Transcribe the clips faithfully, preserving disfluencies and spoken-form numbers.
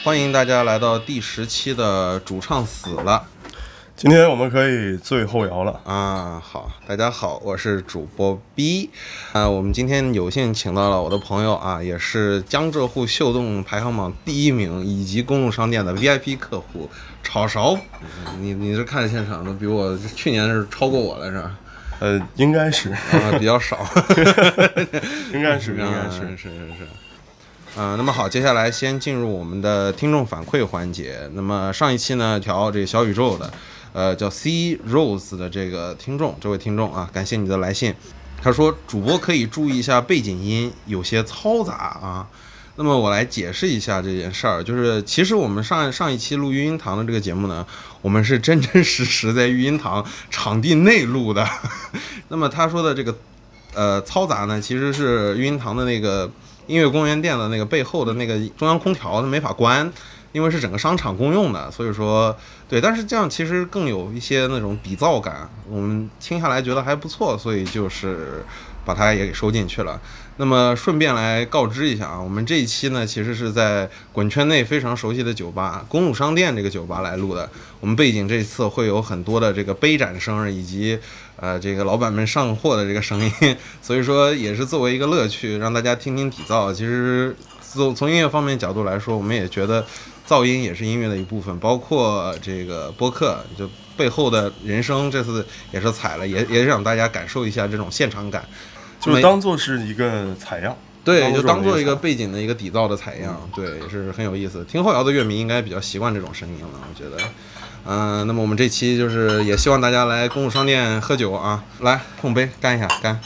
欢迎大家来到第十期的主唱死了。 今天我们可以最后摇了啊！好，大家好，我是主播 B。啊，我们今天有幸请到了我的朋友啊，也是江浙沪秀动排行榜第一名以及公路商店的 V I P 客户炒勺。你你是看现场的，比我去年是超过我了是吧？ 呃，应该是啊，比较少， 应该是，应该是， 是是是。呃，那么好，接下来先进入我们的听众反馈环节。那么上一期呢，调这个小宇宙的，呃，叫 C Rose 的这个听众，这位听众啊，感谢你的来信。他说，主播可以注意一下背景音，有些嘈杂啊。那么我来解释一下这件事儿，就是其实我们上上一期录育婴堂的这个节目呢，我们是真真实实在育婴堂场地内录的。那么他说的这个呃嘈杂呢，其实是育婴堂的那个音乐公园店的那个背后的那个中央空调它没法关，因为是整个商场公用的，所以说对，但是这样其实更有一些那种比噪感，我们听下来觉得还不错，所以就是把它也给收进去了。那么顺便来告知一下啊，我们这一期呢其实是在滚圈内非常熟悉的酒吧公路商店这个酒吧来录的。我们背景这一次会有很多的这个杯盏声以及呃这个老板们上货的这个声音，所以说也是作为一个乐趣，让大家听听底噪。其实从从音乐方面角度来说，我们也觉得噪音也是音乐的一部分，包括这个播客就背后的人声，这次也是采了，也也让大家感受一下这种现场感。 就是当做是一个采样， 对，就当做一个背景的一个底噪的采样，对，也是很有意思。听后摇的乐迷应该比较习惯这种声音了，我觉得。嗯、呃，那么我们这期就是也希望大家来公路商店喝酒啊，来碰杯干一下，干。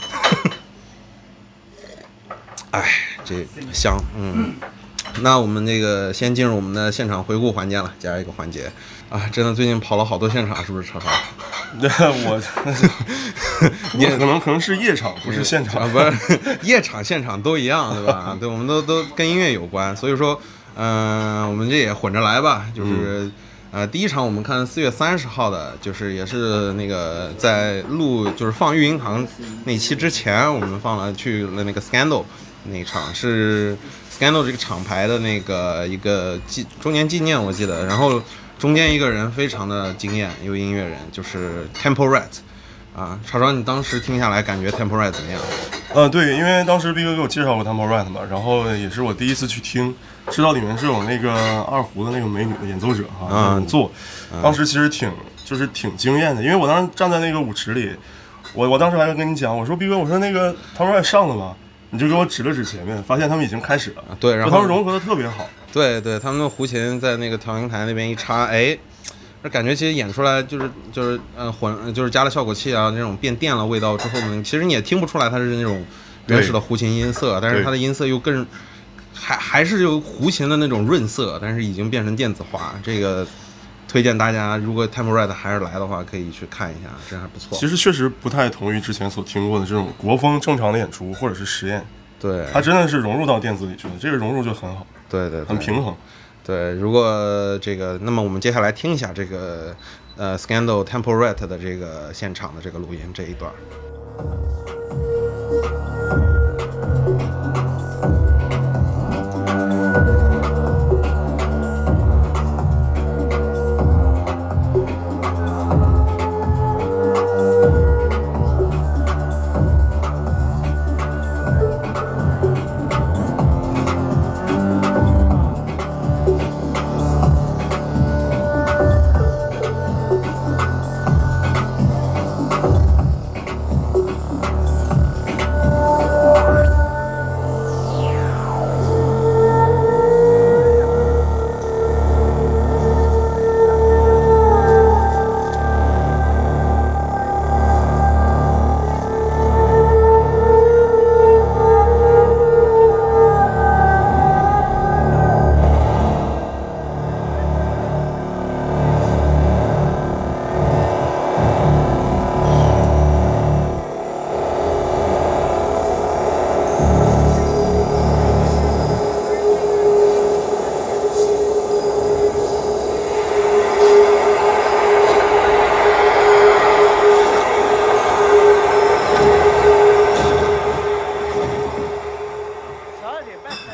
哎，这香，嗯。那我们这个先进入我们的现场回顾环节了，加一个环节啊，真的最近跑了好多现场，是不是超超？ 对，我也可能可能是夜场，不是现场， 啊、不是夜场、现场都一样，对吧？对，我们都都跟音乐有关，所以说，嗯、呃，我们这也混着来吧。就是，嗯、呃，第一场我们看四月三十号的，就是也是那个在录就是放育婴堂那期之前，我们放了去了那个 Scandal 那一场是 Scandal 这个厂牌的那个一个纪周年纪念，我记得，然后。中间一个人非常的惊艳，一位音乐人就是 Temple Rat 啊，超超，你当时听下来感觉 Temple Rat 怎么样？ 呃，对，因为当时毕哥给我介绍过 Temple Rat 嘛，然后也是我第一次去听，知道里面是有那个二胡的那个美女的演奏者哈、啊，嗯，做，当时其实挺就是挺惊艳的，因为我当时站在那个舞池里，我我当时还跟你讲，我说毕哥，我说那个 Temple Rat 上了吗？你就给我指了指前面，发现他们已经开始了， 对，然后他们融合的特别好。 对对，他们的胡琴在那个调音台那边一插，哎，这感觉其实演出来就是就是呃混就是加了效果器啊，那种变电了味道之后呢，其实你也听不出来它是那种原始的胡琴音色，但是它的音色又更还还是有胡琴的那种润色，但是已经变成电子化。这个推荐大家，如果 Temple Rat 还是来的话，可以去看一下，这还不错。 其实确实不太同于之前所听过的这种国风正常的演出或者是实验。 对， 它真的是融入到电子里去的，这个融入就很好， 对 对, 对， 很平衡。 对，如果这个，那么我们接下来听一下这个呃 Scandal Temple Rat 的这个现场的这个录音这一段。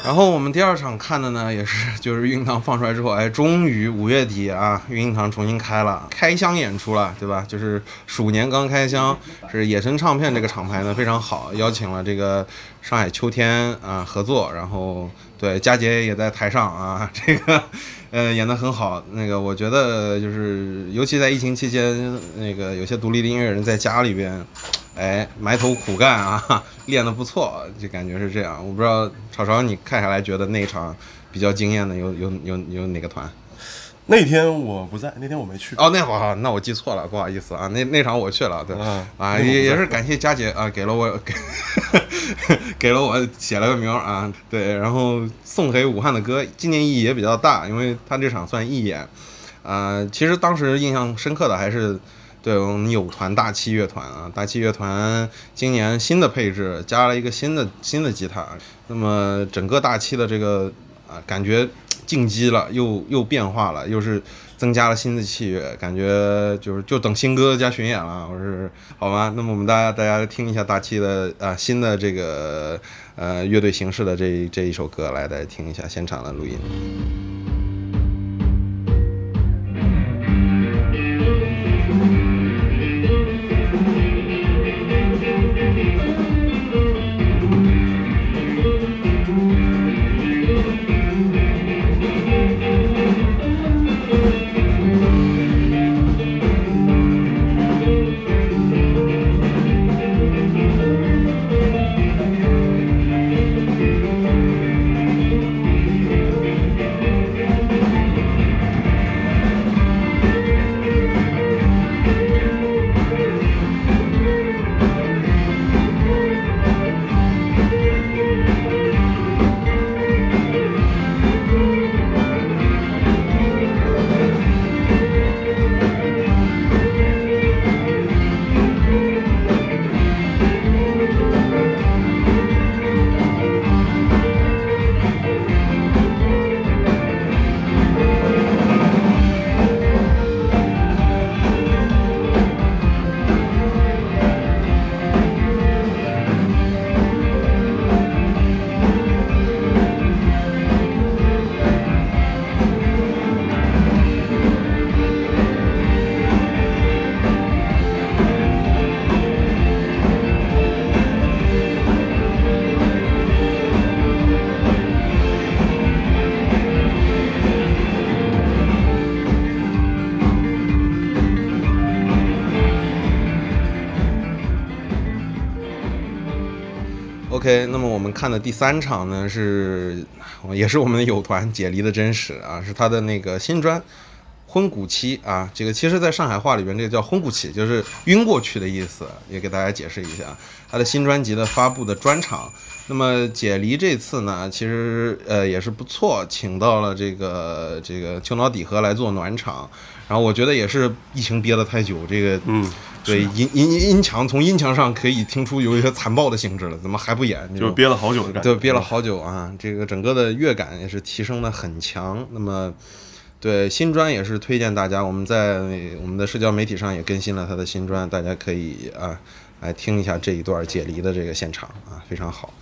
然后我们第二场看的呢，也是就是运堂放出来之后，哎，终于五月底啊，运堂重新开了，开箱演出了，对吧？就是鼠年刚开箱，是野生唱片这个厂牌呢非常好，邀请了这个上海秋天啊合作，然后对佳杰也在台上啊，这个呃演得很好。那个我觉得就是尤其在疫情期间，那个有些独立的音乐人在家里边。哎，埋头苦干啊，练得不错，就感觉是这样。我不知道朝朝你看下来觉得那场比较惊艳的有有有有哪个团？ 那天我不在，那天我没去。 哦，那会儿那我记错了，不好意思啊。那那场我去了，对、 嗯、 啊，也也是感谢佳姐啊，给了我给给了我写了个名啊，对，然后送给武汉的歌，纪念意义也比较大，因为他这场算义演。啊、呃，其实当时印象深刻的还是。对我们有团大气乐团啊，大气乐团今年新的配置加了一个新的新的吉他，那么整个大气的这个啊感觉进击了，又又变化了，又是增加了新的器乐，感觉就是就等新歌加巡演了，我是好吗？那么我们大家大家听一下大气的啊新的这个呃乐队形式的这这一首歌，来大家听一下现场的录音。OK， 那么我们看的第三场呢是，也是我们的友团解离的真实啊，是他的那个新专《昏古期》啊，这个其实在上海话里边这个叫昏古期，就是晕过去的意思，也给大家解释一下。他的新专辑的发布的专场，那么解离这次呢，其实呃也是不错，请到了这个这个秋脑底核来做暖场，然后我觉得也是疫情憋得太久，这个嗯。 对音音音墙从音墙上可以听出有一些残暴的性质了，怎么还不演？ 就憋了好久的感觉。 对，憋了好久啊！这个整个的乐感也是提升的很强。那么，对新专也是推荐大家，我们在我们的社交媒体上也更新了他的新专，大家可以啊来听一下这一段解离的这个现场啊，非常好。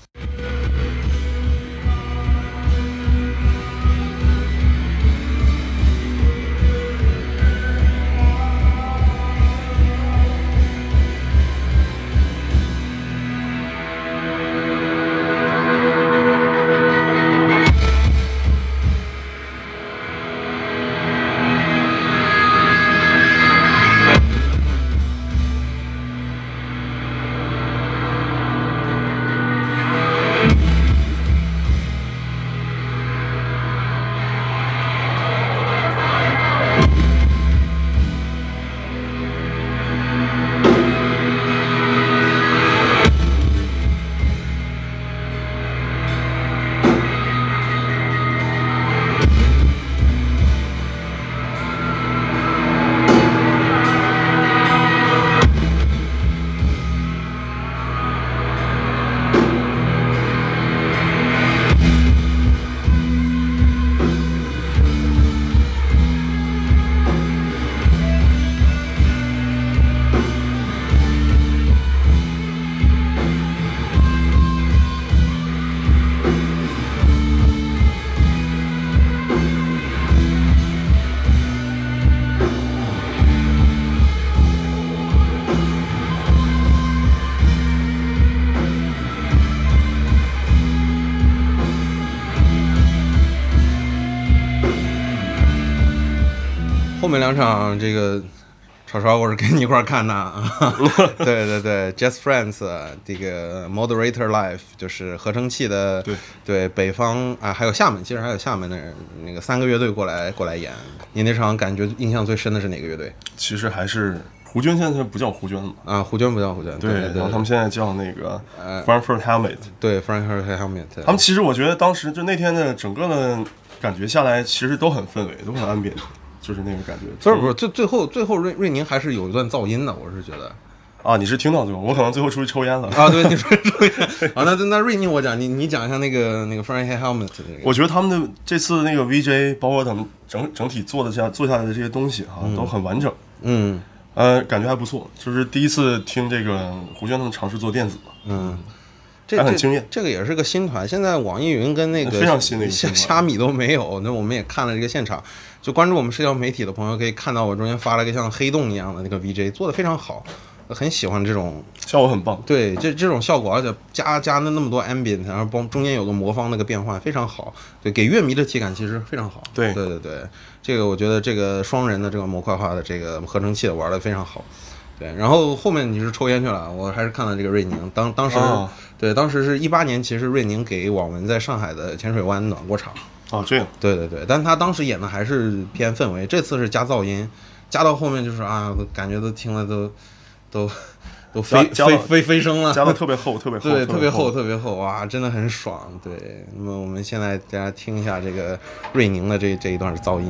后面两场这个。超超，我是跟你一块儿看的啊，对对对 ，Just Friends 这个 Moderator Live 就是合成器的， 对对北方啊，还有厦门，其实还有厦门的人，那个三个乐队过来过来演。你那场感觉印象最深的是哪个乐队？ 其实还是胡娟，现在不叫胡娟了啊，胡娟不叫胡娟， 对， 对对对， 然后他们现在叫那个 Frankfurt Helmet， 对 Frankfurt Helmet， 他们其实我觉得当时就那天的整个的感觉下来，其实都很氛围，都很安扁。就是那个感觉， 不是不是，最最后最后瑞瑞宁还是有一段噪音的，我是觉得， 啊，你是听到最后，我可能最后出去抽烟了啊，对，你说抽烟啊，那那瑞宁我讲，你你讲一下那个那个 Frankfurt Helmet 这个， 我觉得他们的这次那个 V J， 包括他们整整体做的下做下来的这些东西啊，嗯、都很完整， 嗯， 呃，感觉还不错，就是第一次听这个胡娟他们尝试做电子， 嗯。这还很惊艳， 这个也是个新团。现在网易云跟那个非常新的一个虾虾米都没有。那我们也看了这个现场，就关注我们社交媒体的朋友可以看到，我中间发了一个像黑洞一样的那个 V J， 做的非常好，很喜欢这种效果很棒。 对，这这种效果，而且加加了那么多 ambient， 然后帮中间有个魔方那个变换非常好，对，给乐迷的体感其实非常好。 对对对对，这个我觉得这个双人的这个模块化的这个合成器玩的非常好。对，然后后面你是抽烟去了，我还是看了这个瑞宁。当当时、哦、对，当时是一八年，其实瑞宁给网文在上海的浅水湾暖过场。 哦，这样。 对对对，但他当时演的还是偏氛围，这次是加噪音，加到后面就是啊，感觉都听了都都都飞飞飞飞升了， 加的特别厚，特别厚， 对，特别厚，特别厚，哇，真的很爽。对，那么我们现在大家听一下这个瑞宁的这这一段噪音。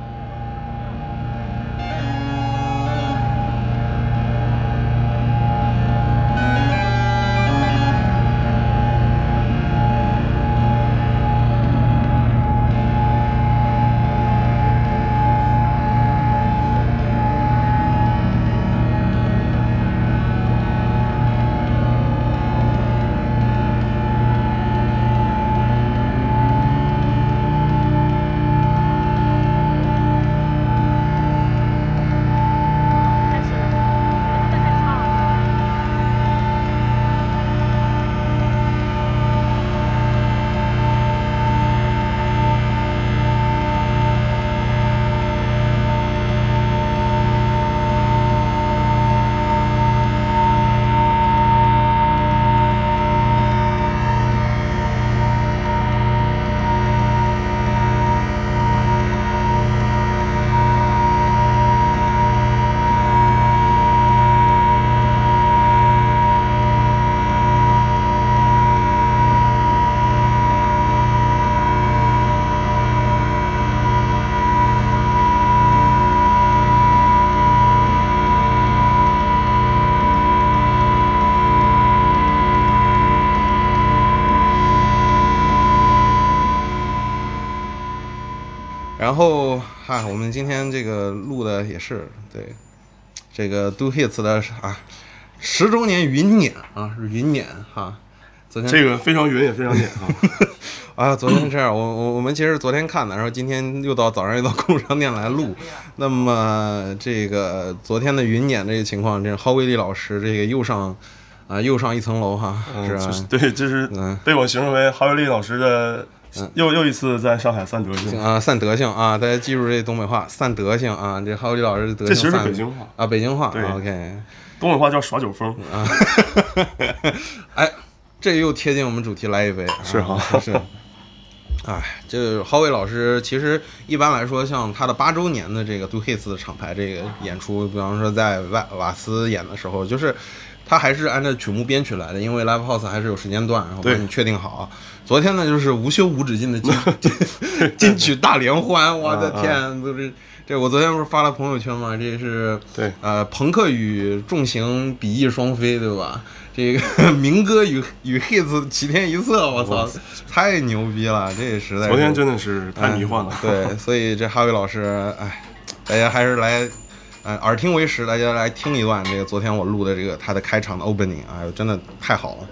然后哈、啊，我们今天这个录的也是对这个 Do Hits 的啊十周年云撵啊，是云撵哈。昨天这个非常云也非常撵啊。 啊，昨天是这样，我我我们其实昨天看的，然后今天又到早上又到工商店来录。那么这个昨天的云撵这个情况，这郝威利老师这个又上啊又上一层楼哈， 嗯、 是吧？ 就是、对，这是被我形容为郝威利老师的。嗯、又又一次在上海散德性啊，散德性啊！大家记住这东北话，散德性啊！这郝伟老师德性， 这其实是北京话啊，北京话。 对 ，OK， 东北话叫耍酒疯啊。哎，这又贴近我们主题，来一杯。 是哈、 啊，是。哎，这郝伟老师其实一般来说，像他的八周年的这个 Do Hits 的厂牌这个演出，比方说在瓦瓦斯演的时候，就是他还是按照曲目编曲来的，因为 Live House 还是有时间段，然后帮你确定好。昨天呢，就是无休无止境的金金曲大联欢，我的天，都是这我昨天不是发了朋友圈吗？这是对呃，朋克与重型比翼双飞，对吧？这个民歌与与 hits 齐天一色，我操，太牛逼了！这也实在是昨天真的是太迷幻了。 嗯、对，所以这哈维老师，哎，大家还是来，呃，耳听为实，大家来听一段这个昨天我录的这个他的开场的 opening， 哎呦，真的太好了。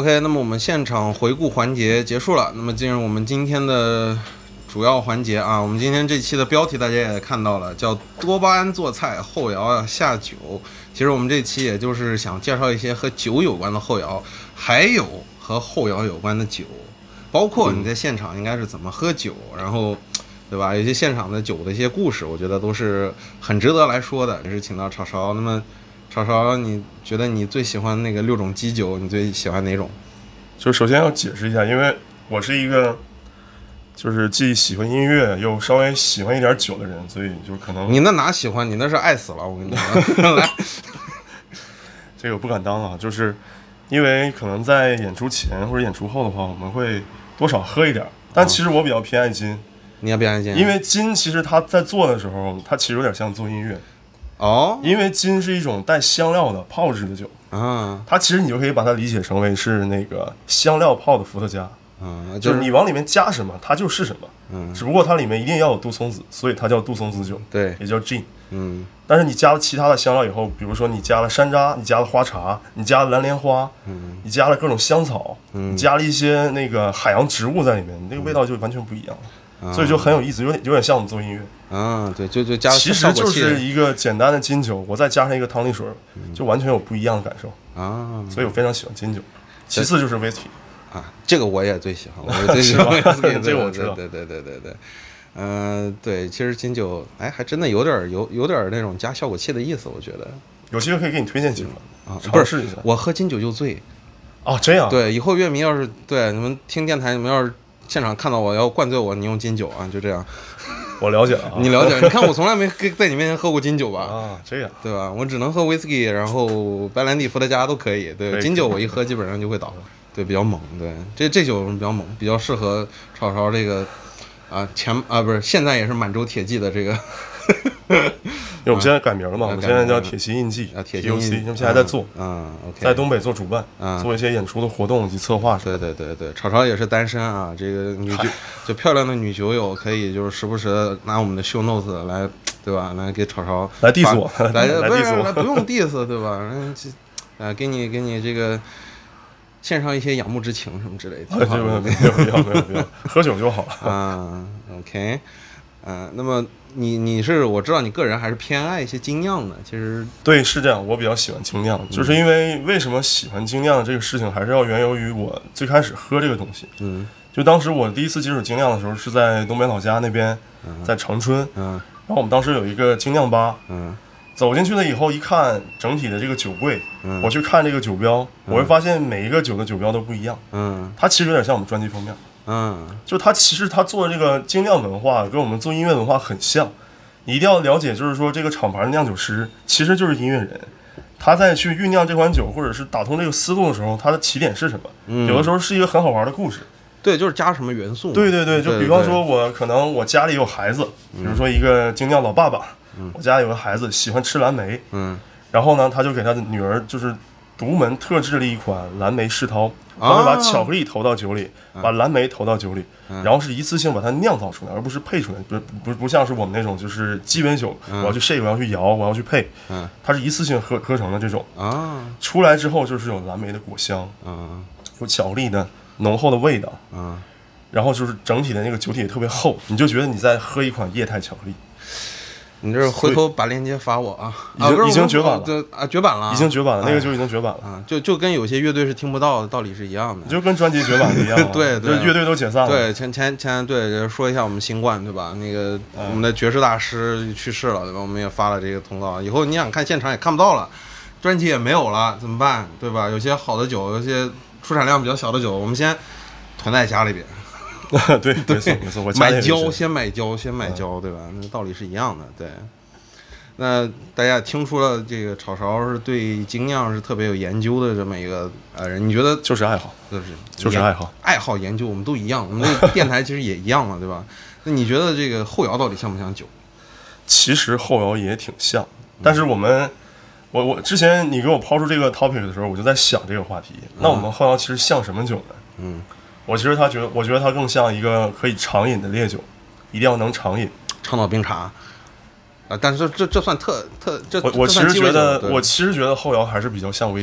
OK， 那么我们现场回顾环节结束了，那么进入我们今天的主要环节啊。我们今天这期的标题大家也看到了，叫多巴胺做菜，后摇要下酒。其实我们这期也就是想介绍一些和酒有关的后摇，还有和后摇有关的酒，包括你在现场应该是怎么喝酒，然后对吧？有些现场的酒的一些故事，我觉得都是很值得来说的。也是请到炒勺，那么炒勺，你觉得你最喜欢那个六种基酒，你最喜欢哪种？ 就首先要解释一下，因为我是一个就是既喜欢音乐又稍微喜欢一点酒的人，所以就可能你那哪喜欢？你那是爱死了，我跟你讲。来， 这个我不敢当啊，就是因为可能在演出前或者演出后的话，我们会多少喝一点，但其实我比较偏爱金。 你要偏爱金？ 因为金其实它在做的时候，它其实有点像做音乐。 哦， 因为金是一种带香料的泡制的酒啊， 它其实你就可以把它理解成为是那个香料泡的伏特加， 嗯， 就是、就是你往里面加什么，它就是什么， 嗯， 只不过它里面一定要有杜松子，所以它叫杜松子酒， 对， 也叫 gin， 嗯， 但是你加了其他的香料以后，比如说你加了山楂，你加了花茶，你加了蓝莲花， 嗯， 你加了各种香草， 嗯， 你加了一些那个海洋植物在里面，那个味道就完全不一样了。 嗯， 所以就很有意思，有点有点像我们做音乐啊，对，就就加了其实就是一个简单的金酒，我再加上一个汤力水，就完全有不一样的感受啊。所以我非常喜欢金酒，其次就是 whisky 啊，这个我也最喜欢，我最喜欢 whisky， 这个我知道， 对对对对对，嗯、呃，对，其实金酒，哎，还真的有点有有点那种加效果器的意思，我觉得有机会可以给你推荐几款啊，尝试一下。 我喝金酒就醉， 哦，这样， 对，以后乐迷要是对你们听电台，你们要是现场看到我要灌醉我，你用金酒啊，就这样。 我了解了、啊， 你了解？你看我从来没在你面前喝过金酒吧？ 啊，这样， 对吧？我只能喝 whisky， 然后白兰地、伏特加都可以。对，金酒我一喝基本上就会倒，对，比较猛。对，这这酒比较猛，比较适合炒勺这个啊前啊不是现在也是满洲铁骑的这个。 因为我们现在改名了嘛，我们现在叫铁骑印记啊，铁骑印记， 我们现在还在做， 嗯 ，OK， 在东北做主办， 啊， 做一些演出的活动及策划。 对对对对，炒勺也是单身啊，这个女酒就漂亮的女酒友可以就是时不时的拿我们的 show notes 来，对吧？来给炒勺来 diss 我， 来来 diss 我， 不用 diss 对吧？嗯，啊，给你给你这个献上一些仰慕之情什么之类的。 没有没有没有没有没有，喝酒就好了啊。OK， 嗯、呃，那么。你你是我知道你个人还是偏爱一些精酿的，其实对是这样，我比较喜欢精酿，嗯、就是因为为什么喜欢精酿这个事情，还是要缘由于我最开始喝这个东西。 嗯， 就当时我第一次接触精酿的时候，是在东北老家那边， 嗯、 在长春， 嗯， 然后我们当时有一个精酿吧， 嗯， 走进去了以后一看整体的这个酒柜， 嗯， 我去看这个酒标，我会发现每一个酒的酒标都不一样， 嗯， 它其实有点像我们专辑封面， 嗯， 就它其实它做的这个精酿文化跟我们做音乐文化很像。你一定要了解，就是说这个厂牌的酿酒师其实就是音乐人，他在去酝酿这款酒，或者是打通这个思路的时候，他的起点是什么？ 嗯、 有的时候是一个很好玩的故事。 对，就是加什么元素。 对对对，就比方说我可能我家里有孩子，比如说一个精酿老爸爸， 嗯、 我家里有个孩子喜欢吃蓝莓， 嗯， 然后呢，他就给他的女儿就是独门特制了一款蓝莓世涛。然后把巧克力投到酒里， 啊、 把蓝莓投到酒里， 嗯、 然后是一次性把它酿造出来，而不是配出来。不不不像是我们那种就是鸡尾酒， 嗯、 我要去 shake，我要去摇，我要去配。 嗯， 它是一次性合合成的这种啊。 出来之后就是有蓝莓的果香， 啊， 有巧克力的浓厚的味道， 啊， 然后就是整体的那个酒体也特别厚，你就觉得你在喝一款液态巧克力。 你这回头把链接发我啊！ 已经、啊、已经绝版了啊，绝版了， 已经绝版了，那个就已经绝版了啊，就就跟有些乐队是听不到的道理是一样的， 就跟专辑绝版的一样、啊。 对对， 乐队都解散了。 对，前前前对，说一下我们新冠对吧？那个、嗯、我们的爵士大师去世了对吧？我们也发了这个通告，以后你想看现场也看不到了，专辑也没有了，怎么办？对吧？有些好的酒，有些出产量比较小的酒，我们先囤在家里边。 对对，没错没错，我买胶先买胶先买胶，对吧？那道理是一样的，对。那大家听出了这个炒勺是对精酿是特别有研究的这么一个呃人，你觉得就是爱好， 就是就是爱好， 爱好研究我们都一样，我们那电台其实也一样嘛，对吧？那你觉得这个后摇到底像不像酒？ 其实后摇也挺像，但是我们，我我之前你给我抛出这个 topic 的时候，我就在想这个话题。那我们后摇其实像什么酒呢？ 嗯， 我其实他觉得，我觉得它更像一个可以长饮的烈酒，一定要能长饮， 长岛冰茶。啊，但是这这算特特这我我其实觉得我其实觉得后摇还是比较像 whisky，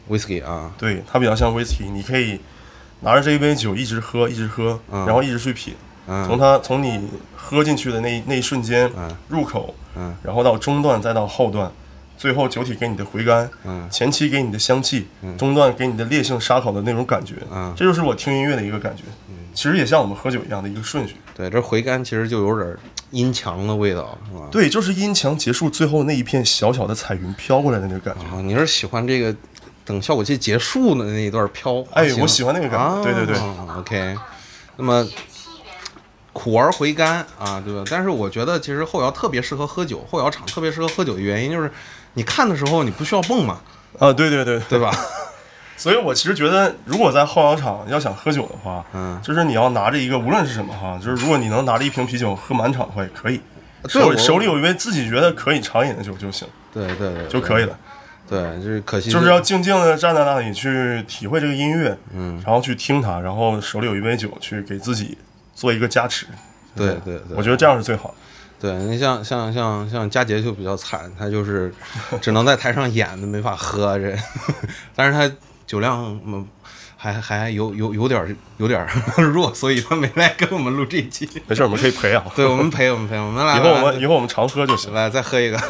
whisky 啊， 对，它比较像 whisky， 你可以拿着这一杯酒一直喝，一直喝， 嗯、 然后一直去品， 嗯、 从它从你喝进去的那那一瞬间， 嗯、 入口， 嗯， 然后到中段，再到后段。最后酒体给你的回甘， 嗯， 前期给你的香气， 嗯， 中段给你的烈性沙口的那种感觉， 嗯， 这就是我听音乐的一个感觉，嗯，其实也像我们喝酒一样的一个顺序。 对，这回甘其实就有点阴强的味道，是吧？ 对，就是阴强结束，最后那一片小小的彩云飘过来的那个感觉。 啊，你是喜欢这个等效果器结束的那一段飘？ 哎，我喜欢那个感觉。啊、对对对 ，OK。那么苦而回甘啊，对吧？但是我觉得其实后摇特别适合喝酒，后摇场特别适合喝酒的原因就是。你看的时候，你不需要蹦嘛？ 啊，对对对， 对吧？ 所以我其实觉得，如果在后摇场要想喝酒的话， 嗯， 就是你要拿着一个，无论是什么哈，就是如果你能拿着一瓶啤酒喝满场的话，也可以。手手里有一杯自己觉得可以畅饮的酒就行。 对对对， 就可以了。 对，就是可惜， 就是要静静的站在那里去体会这个音乐， 嗯， 然后去听它，然后手里有一杯酒，去给自己做一个加持。 对对对， 我觉得这样是最好的。 对，你像像像像佳杰就比较惨，他就是只能在台上演的，没法喝这，但是他酒量嗯还还有有有点有点弱，所以他没来跟我们录这一期。 没事，我们可以陪啊。 对，我们陪，我们陪，我们来。 以后我们以后我们常喝就行。 来，再喝一个。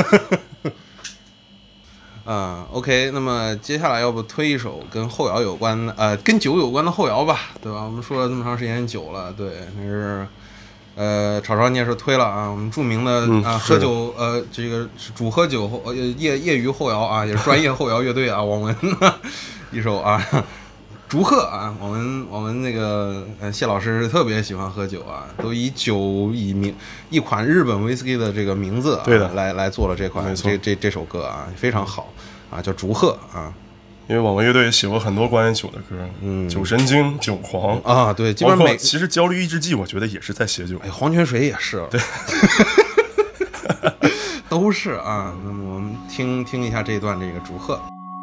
嗯 ，OK， 那么接下来要不推一首跟后摇有关的，呃，跟酒有关的后摇吧，对吧？我们说了这么长时间酒了，对，那是。呃，炒炒你也是推了啊，我们著名的、 嗯、 啊喝酒呃这个主喝酒后呃业业余后摇啊，也是专业后摇乐队啊，我们一首啊竹鹤啊，我们我们那个呃谢老师特别喜欢喝酒啊，都以酒以名一款日本 whisky 的这个名字、啊、 对的来来做了这款这这这首歌啊，非常好啊，叫竹鹤啊。 因为网文乐队写过很多关于酒的歌，嗯，酒神经、酒狂啊，对，基本上每其实焦虑抑制剂，我觉得也是在写酒。 哎，黄泉水也是， 对， 都是啊。那么我们听听一下这一段这个竹鹤。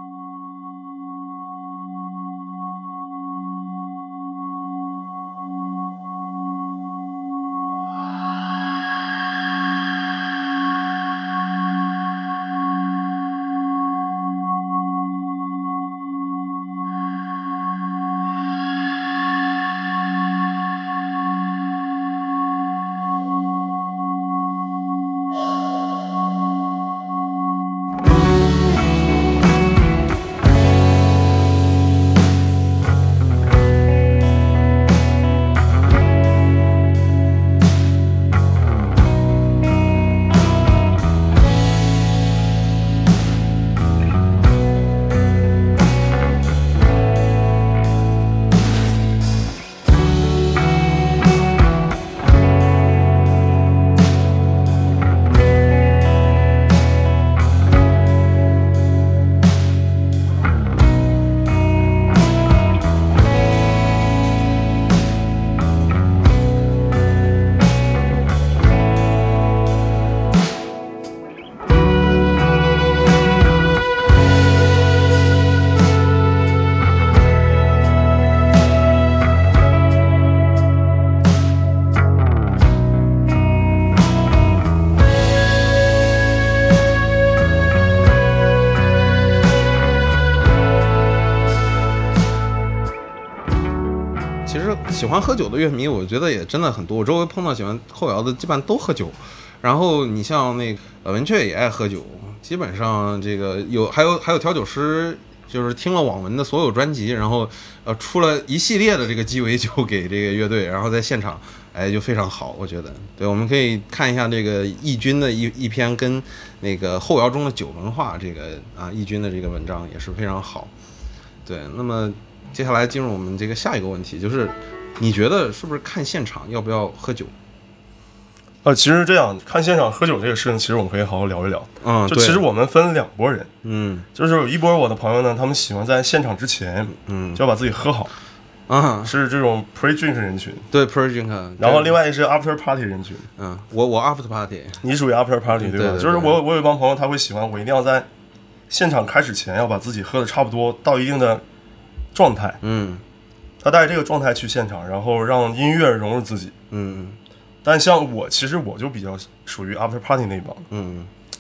喜欢喝酒的乐迷，我觉得也真的很多。我周围碰到喜欢后摇的，基本上都喝酒。然后你像那个呃文雀也爱喝酒，基本上这个有还有还有调酒师，就是听了网文的所有专辑，然后呃出了一系列的这个鸡尾酒给这个乐队，然后在现场哎就非常好，我觉得。对，我们可以看一下这个易军的一一篇跟那个后摇中的酒文化这个啊易军的这个文章也是非常好。对，那么接下来进入我们这个下一个问题，就是你觉得是不是看现场要不要喝酒？ 呃，其实这样看现场喝酒这个事情，其实我们可以好好聊一聊。 嗯， 就其实我们分两拨人， 嗯， 就是有一波我的朋友呢，他们喜欢在现场之前， 嗯， 就要把自己喝好， 啊， 是这种 pre drink 人群， 对 pre drink， 然后另外一是 after party 人群， 嗯，我我 after party， 你属于 after party 对吧？ 对对对， 就是我我有一帮朋友，他会喜欢我一定要在现场开始前要把自己喝的差不多到一定的状态， 嗯， 他带着这个状态去现场，然后让音乐融入自己， 嗯。 但像我，其实我就比较属于 after party 那一帮， 嗯，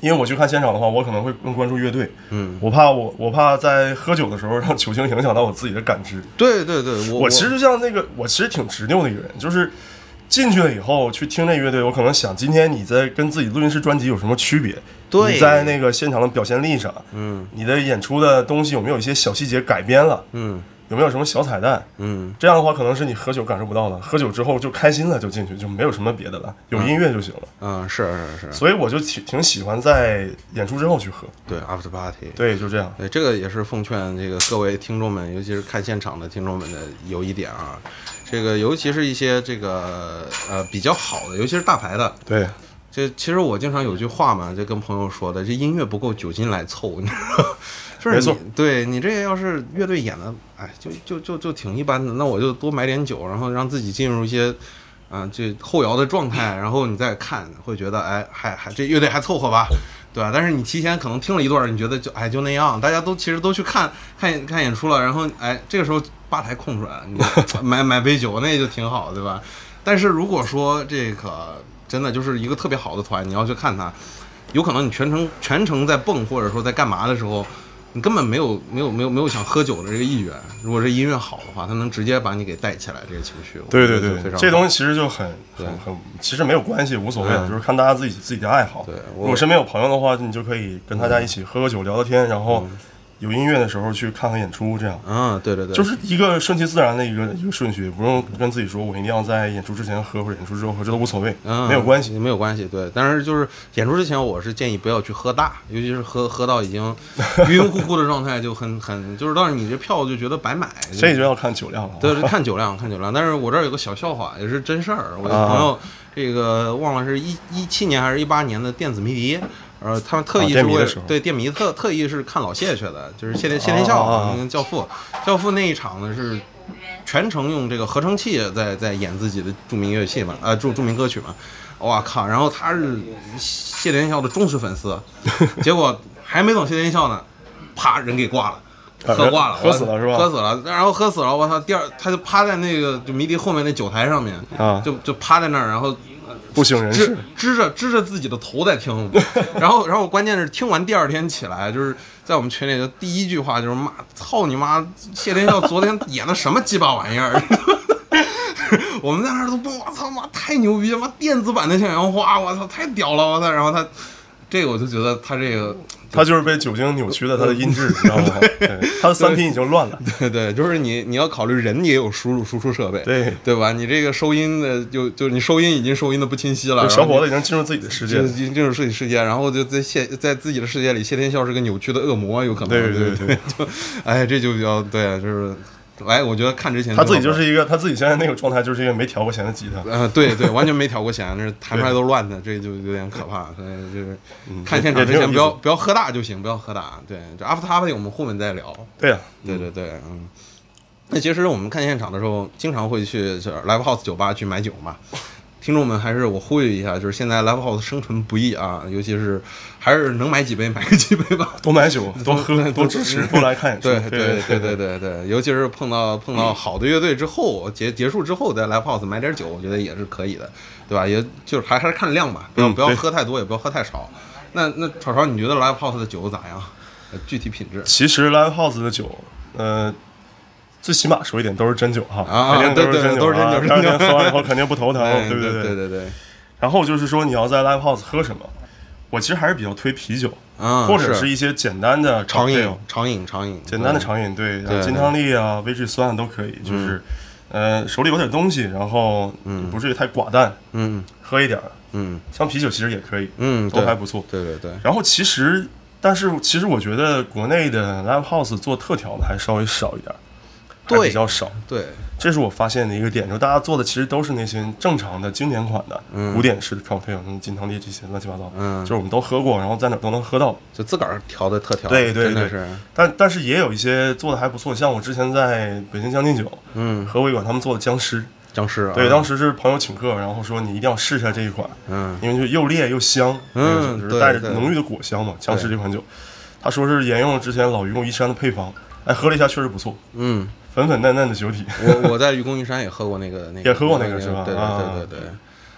因为我去看现场的话，我可能会更关注乐队， 嗯， 我怕我我怕在喝酒的时候让酒精影响到我自己的感知。 对对对，我我其实就像那个，我其实挺执拗的一个人，就是进去了以后去听那乐队，我可能想今天你在跟自己录音室专辑有什么区别？ 对， 你在那个现场的表现力上， 嗯， 你的演出的东西有没有一些小细节改编了？ 嗯。 有没有什么小彩蛋？ 嗯， 这样的话可能是你喝酒感受不到的，喝酒之后就开心了就进去，就没有什么别的了，有音乐就行了。 嗯，是是是。 所以我就挺挺喜欢在演出之后去喝。 对 ，after party。 对，就这样。 对，这个也是奉劝这个各位听众们，尤其是看现场的听众们的有一点啊，这个尤其是一些这个呃比较好的，尤其是大牌的。 对。 这其实我经常有句话嘛，就跟朋友说的，这音乐不够酒精来凑，你知道吗？就是你对你这个要是乐队演的，哎，就就就就挺一般的，那我就多买点酒，然后让自己进入一些啊、呃、这后摇的状态，然后你再看，会觉得哎还还这乐队还凑合吧，对吧？但是你提前可能听了一段，你觉得就哎就那样，大家都其实都去看看看演出了，然后哎这个时候吧台空出来，你买买杯酒那就挺好，对吧？但是如果说这个真的就是一个特别好的团，你要去看它，有可能你全程全程在蹦或者说在干嘛的时候，你根本没有没有没有没有想喝酒的这个意愿。如果这音乐好的话，它能直接把你给带起来这个情绪。 对对对，这东西其实就很很很，其实没有关系，无所谓，嗯、就是看大家自己自己的爱好。 对， 如果身边有朋友的话，你就可以跟大家一起喝喝酒、聊聊天，然后。嗯有音乐的时候去看看演出，这样啊，对对对， 就是一个顺其自然的一个一个顺序，不用跟自己说我一定要在演出之前喝或者演出之后喝，这都无所谓， 嗯， 没有关系， 没有关系。对，但是就是演出之前，我是建议不要去喝大，尤其是喝喝到已经晕乎乎的状态，就很很就是到时你这票就觉得白买， 这就要看酒量了。 对，看酒量，看酒量。但是我这儿有个小笑话，也是真事儿，我的朋友、啊、这个忘了是一一七年还是一八年的电子迷笛。呃，他们特意是为、啊、对电迷特特意是看老谢去的，就是谢天谢天笑啊，跟教父，教父那一场呢是全程用这个合成器在在演自己的著名乐器嘛，呃著著名歌曲嘛，哇靠！然后他是谢天笑的忠实粉丝，结果还没等谢天笑呢，啪人给挂了。喝挂了， 喝死了是吧？ 喝死了，然后喝死了，我操！第二他就趴在那个就迷笛后面那酒台上面啊， 就就趴在那儿，然后。 不省人事， 支着支着自己的头在听，然后然后关键是听完第二天起来，就是在我们群里的第一句话就是骂操你妈，谢天笑昨天演的什么鸡巴玩意儿？我们在那儿都蹦，我操妈太牛逼了，妈电子版的向阳花，我操太屌了，我操！然后他这个我就觉得他这个。 他就是被酒精扭曲了他的音质，你知道吗？他的三频已经乱了。 对对，就是你你要考虑人也有输入输出设备， 对对吧？你这个收音的就就你收音已经收音的不清晰了， 小伙子已经进入自己的世界， 已经进入自己世界，然后就在谢在自己的世界里，谢天笑是个扭曲的恶魔，有可能。 对对对对， 就哎这就比较对，就是。来，我觉得看之前他自己就是一个，他自己现在那个状态就是一个没调过弦的吉他。 呃，对对，完全没调过弦，这弹出来都乱的，这就有点可怕。所以就是看现场之前不要不要喝大就行，不要喝大。对，这 after party 我们后面再聊。 对呀、啊， 对对对，嗯。那其实我们看现场的时候，经常会去 live house 酒吧去买酒嘛。听众们，还是我呼吁一下，就是现在 live house 生存不易啊，尤其是还是能买几杯买个几杯吧， 多买酒，多喝，多支持，多来看演出。 对对对对对对，尤其是碰到碰到好的乐队之后，结结束之后在 live house 买点酒，我觉得也是可以的，对吧？也就是还还是看量吧，不要不要喝太多，也不要喝太少。那那吵吵，你觉得 live house 的酒咋样？具体品质？ 其实 live house 的酒，呃。最起码说一点都是真酒哈， 啊， 肯定都是真酒， 都是真酒。 第二天喝完以后肯定不头疼，对对对对对对。 然后就是说你要在 live house 喝什么，我其实还是比较推啤酒， 啊， 或者是一些简单的长饮、长饮、长饮， 简单的长饮，对，金汤力啊、威士酸啊都可以，就是呃手里有点东西，然后不至于太寡淡， 嗯， 喝一点， 嗯， 像啤酒其实也可以， 嗯， 都还不错， 对对对。 然后其实，但是其实我觉得国内的 live house 做特调的还稍微少一点。 对， 比较少， 对， 这是我发现的一个点，就大家做的其实都是那些正常的经典款的、嗯、古典式的 cocktail， 什么金汤力这些乱七八糟， 嗯， 就是我们都喝过，然后在哪都能喝到， 就自个儿调的特调， 对对对， 是。 但但是也有一些做的还不错，像我之前在北京将进酒， 嗯， 和委管他们做的僵尸， 僵尸， 对，当时是朋友请客，然后说你一定要试一下这一款， 嗯， 因为就又烈又香， 嗯， 就是带着浓郁的果香嘛，僵尸这款酒，他说是沿用了之前老愚公移山的配方，哎，喝了一下确实不错， 嗯。 粉粉嫩嫩的酒体， 我我在愚公移山也喝过那个那个， 也喝过那个是吧？ 对对对对对。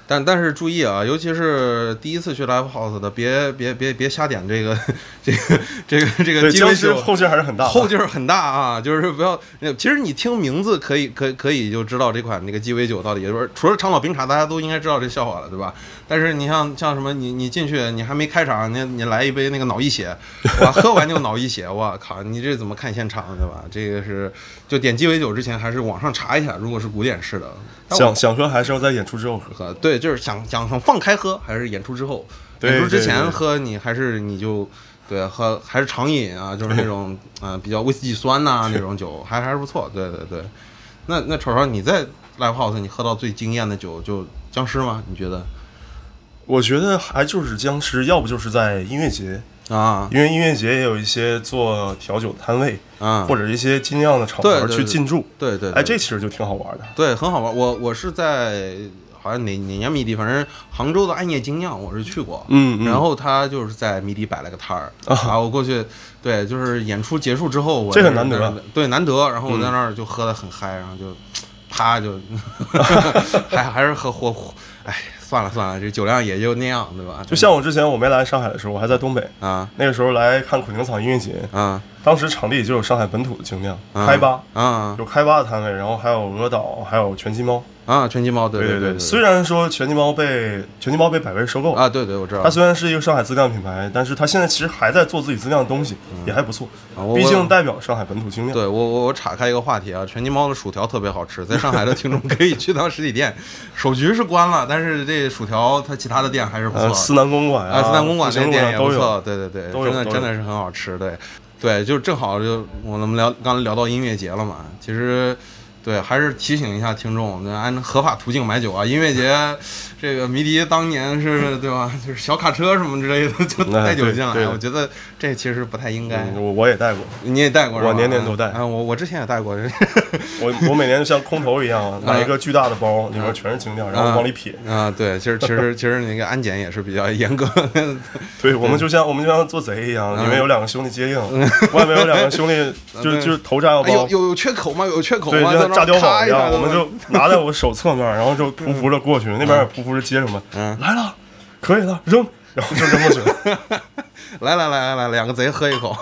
但但是注意啊，尤其是第一次去 live house 的，别别别别瞎点这个这个这个这个鸡尾酒， 后劲还是很大， 后劲很大啊！就是不要，其实你听名字可以可可以就知道这款那个鸡尾酒到底，就是除了长岛冰茶，大家都应该知道这笑话了，对吧？但是你像像什么，你你进去，你还没开场，你你来一杯那个脑溢血，哇，喝完就脑溢血，我靠，你这怎么看现场，对吧？这个是就点鸡尾酒之前还是网上查一下，如果是古典式的， 想想喝还是要在演出之后喝。 对，就是想想想放开喝，还是演出之后？演出之前喝，你还是你就对喝还是常饮啊，就是那种呃比较威士忌酸呐、啊、那种酒，还还是不错。对对对，那那瞅瞅你在 live house 你喝到最惊艳的酒就僵尸吗？你觉得？ 我觉得还就是僵尸，要不就是在音乐节啊， 因为音乐节也有一些做调酒的摊位啊， 或者一些精酿的厂牌去进驻。 对 对, 对, 对, 对, 对，哎，这其实就挺好玩的。 对，很好玩。我我是在好像哪哪年迷笛，反正杭州的暗夜精酿我是去过， 嗯, 嗯， 然后他就是在迷笛摆了个摊儿啊，我过去，对，就是演出结束之后，我这很难得， 对，难得，然后我在那儿就喝得很嗨，然后就啪就还还是喝火，哎。算了算了，这酒量也就那样，对吧？ 就像我之前我没来上海的时候，我还在东北啊， 那个时候来看苦宁草音乐节啊， 当时场地就有上海本土的精酿、啊、开吧啊， 有开吧的摊位，然后还有鹅岛，还有拳击猫啊，拳击猫，对对对对, 对, 对。 虽然说拳击猫被拳击猫被百威收购啊，对对，我知道。 它虽然是一个上海自酿品牌，但是它现在其实还在做自己自酿的东西，嗯、也还不错。 啊、 毕竟代表上海本土精酿。 对我我我岔开一个话题啊，拳击猫的薯条特别好吃，在上海的听众可以去到实体店，首局是关了，但是这薯条它其他的店还是不错。 呃、思南公馆啊，思南公馆那店也不错， 对对对，真的真的是很好吃，对。对，就正好就我们聊刚才聊到音乐节了嘛，其实对还是提醒一下听众，按合法途径买酒啊。音乐节这个迷笛当年是对吧，就是小卡车什么之类的就带酒进来，我觉得这其实不太应该。 嗯、我我也带过， 你也带过， 我年年都带。 啊，我我之前也带过。 我我每年就像空投一样，买一个巨大的包，里面全是精酿，然后往里撇。 啊，对，其实其实其实那个安检也是比较严格的。 对，我们就像我们就像做贼一样，里面有两个兄弟接应，外面有两个兄弟就就头炸药包， 有有有缺口吗？有缺口吗？ 对，像炸碉堡一样，我们就拿在我手侧面，然后就匍匐着过去，那边也匍匐着接着嘛。嗯，来了，可以了，扔，然后就扔过去了。 来来来来来，两个贼喝一口。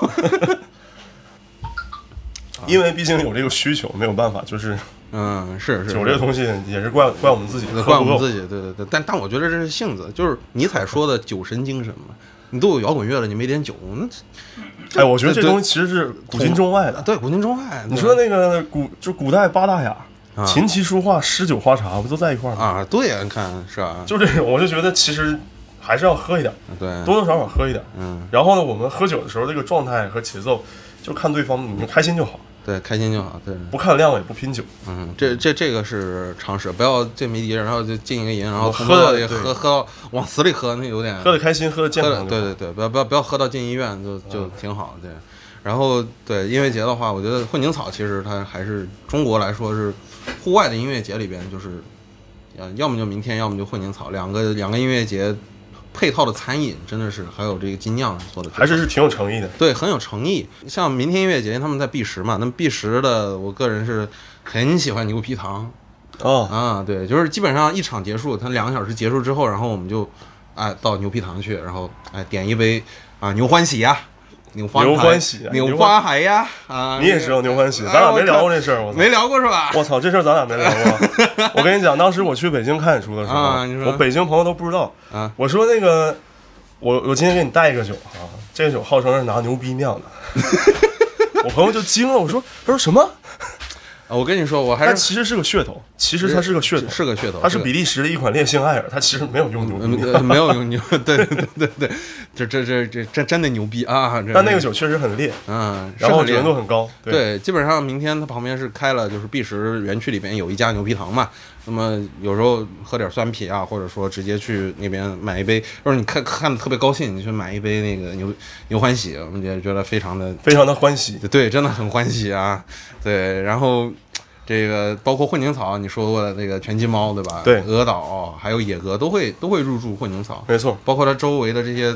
因为毕竟有这个需求，没有办法，就是嗯，是是酒这个东西也是怪怪我们自己， 怪我们自己，对对对。但但我觉得这是性子，就是尼采说的酒神精神嘛。你都有摇滚乐了，你没点酒，那哎，我觉得这东西其实是古今中外的， 对，古今中外。 你说那个古就古代八大雅。啊、琴棋书画诗酒花茶不都在一块儿吗？ 啊，对呀、啊，你看是吧？ 就这种，我就觉得其实还是要喝一点， 对， 多多少少喝一点。 嗯， 然后呢，我们喝酒的时候，这个状态和节奏，就看对方，你们开心就好。 对，开心就好。对， 不看量也不拼酒。 嗯，这这这个是常识，不要进迷笛，然后就进一个饮，然后喝的喝喝到往死里喝，那有点喝的开心，喝的健康。 对对对，不要不要不要喝到进医院，就就挺好。对，然后对音乐节的话，我觉得混凝草其实它还是中国来说是。户外的音乐节里边，就是要么就明天，要么就混凝草，两个两个音乐节配套的餐饮真的是，还有这个精酿做的还是是挺有诚意的， 对，很有诚意。像明天音乐节他们在碧石嘛，那么碧石的我个人是很喜欢牛皮糖哦啊，对，就是基本上一场结束，它两个小时结束之后，然后我们就哎到牛皮糖去，然后哎点一杯啊牛欢喜呀、啊。 牛欢喜， 牛花海呀！啊， 你也知道牛欢喜，咱俩没聊过这事儿，我没聊过是吧？ 我操，这事儿咱俩没聊过。我跟你讲，当时我去北京看演出的时候， 啊、 我北京朋友都不知道啊。 我说那个，我我今天给你带一个酒啊，这个酒号称是拿牛逼酿的。我朋友就惊了，我说，他说什么？ 我跟你说，我还是它其实是个噱头，其实它是个噱头， 是个噱头。 它是比利时的一款烈性艾尔，它其实没有用牛逼， 呃、没有用牛，对对对对对，这这这这真真的牛逼啊！ 但那个酒确实很烈， 嗯， 然后酒精度很高。 对，对基本上明天它旁边是开了，就是碧石园区里边有一家牛皮糖嘛。那么有时候喝点酸啤啊，或者说直接去那边买一杯，或者你看看的特别高兴，你去买一杯那个牛牛欢喜，我们也觉得非常的非常的欢喜， 对，真的很欢喜啊！对，然后。这个包括混凝草，你说过的那个拳击猫，对吧？ 对， 鹅岛还有野鹅都会都会入驻混凝草， 没错。 包括它周围的这些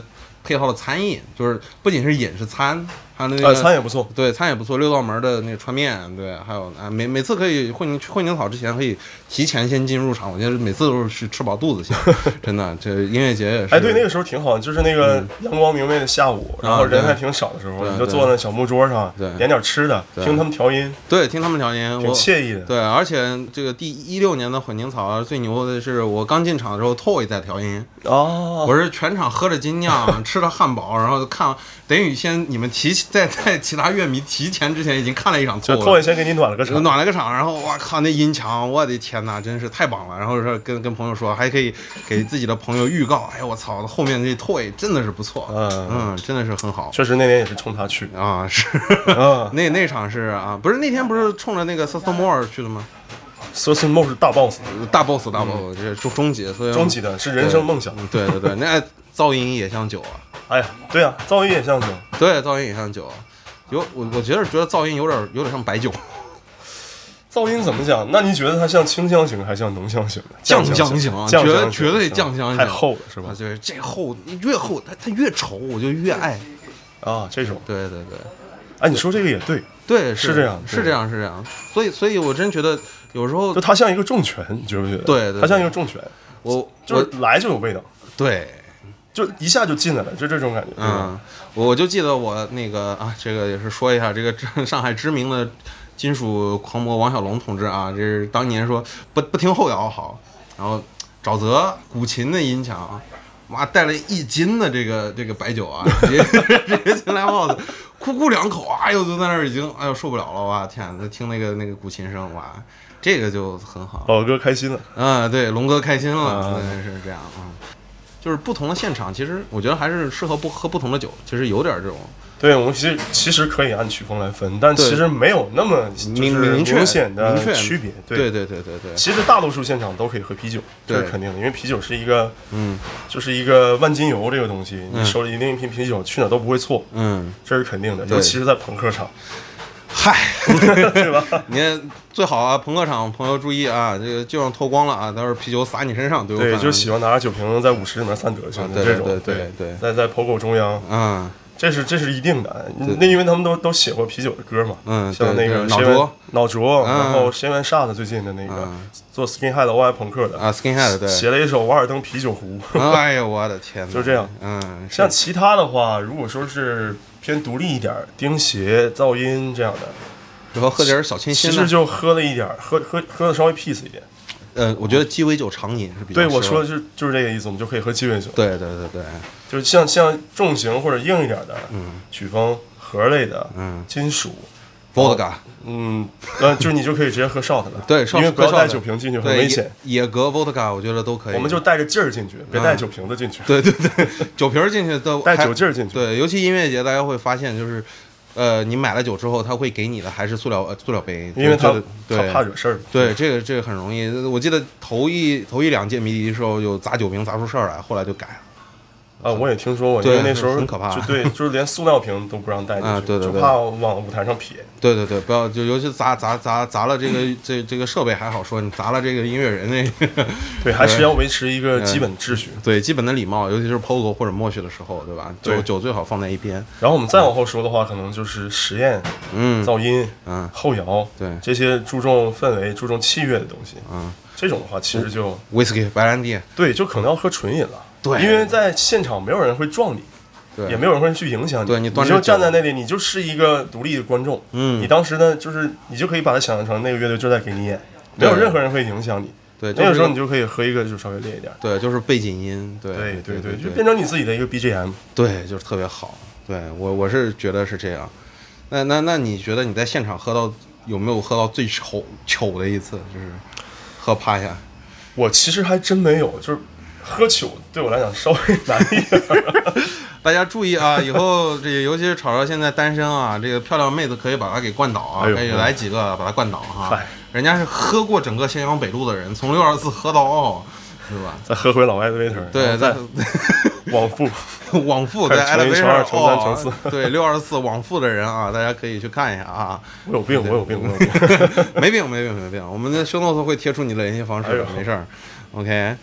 配套的餐饮，就是不仅是饮是餐。还有那个、 呃、餐也不错， 对，餐也不错。六道门的那个川面，对，还有啊，每每次可以混凝去混凝草之前可以提前先进入场，我觉得每次都是吃饱肚子先，真的。这音乐节也是。 哎，对，那个时候挺好，就是那个阳光明媚的下午，嗯、然后人还挺少的时候， 啊、 你就坐那小木桌上， 对， 点点吃的，听他们调音， 对，听他们调音， 挺惬意的。 对，而且这个第一六年的混凝草最牛的是，我刚进场的时候 ，Toy 在调音。 哦， 我是全场喝着精酿，吃着汉堡，然后看，等于先你们提在在其他乐迷提前之前已经看了一场 Toy， Toy 先给你暖了个场， 暖了个场，然后哇靠，那音墙，我的天哪，真是太棒了。然后说跟跟朋友说，还可以给自己的朋友预告，哎呀我操，后面这 Toy 真的是不错，嗯嗯，真的是很好。 确实那年也是冲他去啊，是， 啊， 那那场是啊，不是那天不是冲着那个 System 去的吗 ？System 是大 boss， 大 boss 大 boss，、嗯、这终终极，所以终极的是人生梦想。 对对对，那噪音也像酒啊。 哎呀，对啊，噪音也像酒。 对，噪音也像酒。有我我觉得觉得噪音有点有点像白酒。 噪音怎么讲？那你觉得它像清香型还是像浓香型的？ 酱香型，绝对绝对酱香型。 太厚了是吧？ 对，这厚越厚，它它越稠，我就越爱。 啊，这种。 对对对。 哎，你说这个也对。 对， 是这样， 是这样，是这样。所以所以，我真觉得有时候就它像一个重拳，你觉不觉得？ 对对， 它像一个重拳。 我就是来就有味道。 对。 就一下就进来了，就这种感觉。 嗯，我就记得我那个啊，这个也是说一下，这个上海知名的金属狂魔王小龙同志啊，这是当年说不不听后摇好，然后沼泽古琴的音墙，哇，带了一斤的这个这个白酒啊，直接直接进来帽子，哭哭两口，哎呦，就在那儿已经哎呦受不了了，哇天，他听那个那个古琴声，哇，这个就很好， 老哥开心了， 啊，对，龙哥开心了，真、嗯、是这样啊。就是不同的现场，其实我觉得还是适合不喝不同的酒，其实有点这种。 对，我们其实其实可以按曲风来分，但其实没有那么明明显的区别。 对对对对对。 其实大多数现场都可以喝啤酒，这是肯定的，因为啤酒是一个，嗯，就是一个万金油这个东西，你手里拎一瓶啤酒去哪都不会错，嗯，这是肯定的，尤其是在朋克场。 嗨， 对吧？ 你最好啊，朋克场朋友注意啊，这个就让脱光了啊，到时候啤酒洒你身上，对不对？就喜欢拿着酒瓶在舞池里面散德行的这种， 对对对， 在在 P O G O 中央啊，这是这是一定的。那因为他们都都写过啤酒的歌嘛，嗯，像那个脑浊脑浊，然后仙源煞的最近的那个做 Skinhead 欧爱朋克的啊 ，Skinhead 对， 写了一首《瓦尔登啤酒壶》。 哎呦我的天， 就这样。嗯，像其他的话，如果说是偏独立一点，钉鞋、噪音这样的。 然后喝点小清新， 其实就喝了一点，喝喝喝的稍微 peace 一点。 呃，我觉得鸡尾酒长饮是比较。 对，我说的是就是这个意思，我们就可以喝鸡尾酒。 对对对对， 就是像像重型或者硬一点的，嗯，曲风核类的，嗯，金属 ，vodka， 嗯，呃，就是你就可以直接喝 shot 了。 对， 因为不要带酒瓶进去很危险。 野格 vodka 我觉得都可以。 我们就带着劲儿进去，别带酒瓶子进去。 对对对，酒瓶进去都带酒劲儿进去。 对，尤其音乐节，大家会发现就是。呃，你买了酒之后，他会给你的还是塑料呃塑料杯， 因为他他怕惹事儿。 对，这个这个很容易。我记得头一头一两届迷笛的时候，有砸酒瓶砸出事儿来，后来就改了。 啊，我也听说过，因为那时候很可怕， 就对，就是连塑料瓶都不让带进去， 啊、对对对， 就怕往舞台上撇。 对对对，不要就尤其砸砸砸砸了这个这这个设备还好说，你砸了这个音乐人那个， 对，还是要维持一个基本的秩序， 嗯、对基本的礼貌，尤其是 P O G O 或者默许的时候，对吧？酒酒最好放在一边。 然后我们再往后说的话，可能就是实验、嗯，噪音、嗯，后摇， 对这些注重氛围、注重器乐的东西，嗯，这种的话其实就 whisky 白兰地， 对，就可能要喝纯饮了。 对， 因为在现场没有人会撞你， 对， 也没有人会去影响你， 对，你你就站在那里，你就是一个独立的观众， 嗯， 你当时呢，就是你就可以把它想象成那个乐队就在给你演，没有任何人会影响你， 对， 那个时候你就可以喝一个就稍微烈一点， 对，就是背景音，对， 对对对，就变成你自己的一个 B G M， 对，就是特别好，对我我是觉得是这样，那那那你觉得你在现场喝到有没有喝到最糗糗的一次，就是喝趴下？ 我其实还真没有，就是喝酒对我来讲稍微难一点。 大家注意啊，以后这尤其是吵吵现在单身啊，这个漂亮妹子可以把她给灌倒啊，可以来几个把她灌倒哈。人家是喝过整个咸阳北路的人，从六二四喝到奥，是吧？ 再喝回老外的 waiter， 对，再往复， 往复在 elevator 乘三乘四， 对，六二四往复的人啊，大家可以去看一下啊。 我有病，我有病，我有病， 没病没病没病，我们的show notes会贴出你的联系方式，没事儿。OK，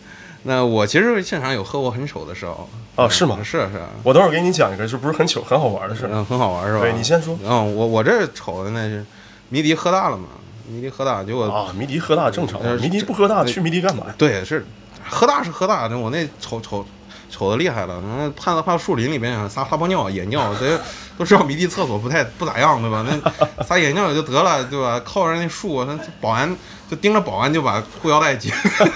那我其实现场有喝过很糗的时候。 哦，是吗？ 是是。 我等会儿给你讲一个，就不是很糗、很好玩的事。 嗯，很好玩是吧？ 对，你先说。 嗯，我我这瞅的那是迷笛喝大了嘛，迷笛喝大结果啊，迷笛喝大正常，迷笛不喝大去迷笛干嘛呀？ 对，是喝大是喝大，我那瞅瞅瞅的厉害了，那盼到盼到树林里边撒撒泡尿、野尿，这都知道迷笛厕所不太不咋样，对吧？那撒野尿也就得了，对吧？靠着那树，那保安就盯着保安就把裤腰带解。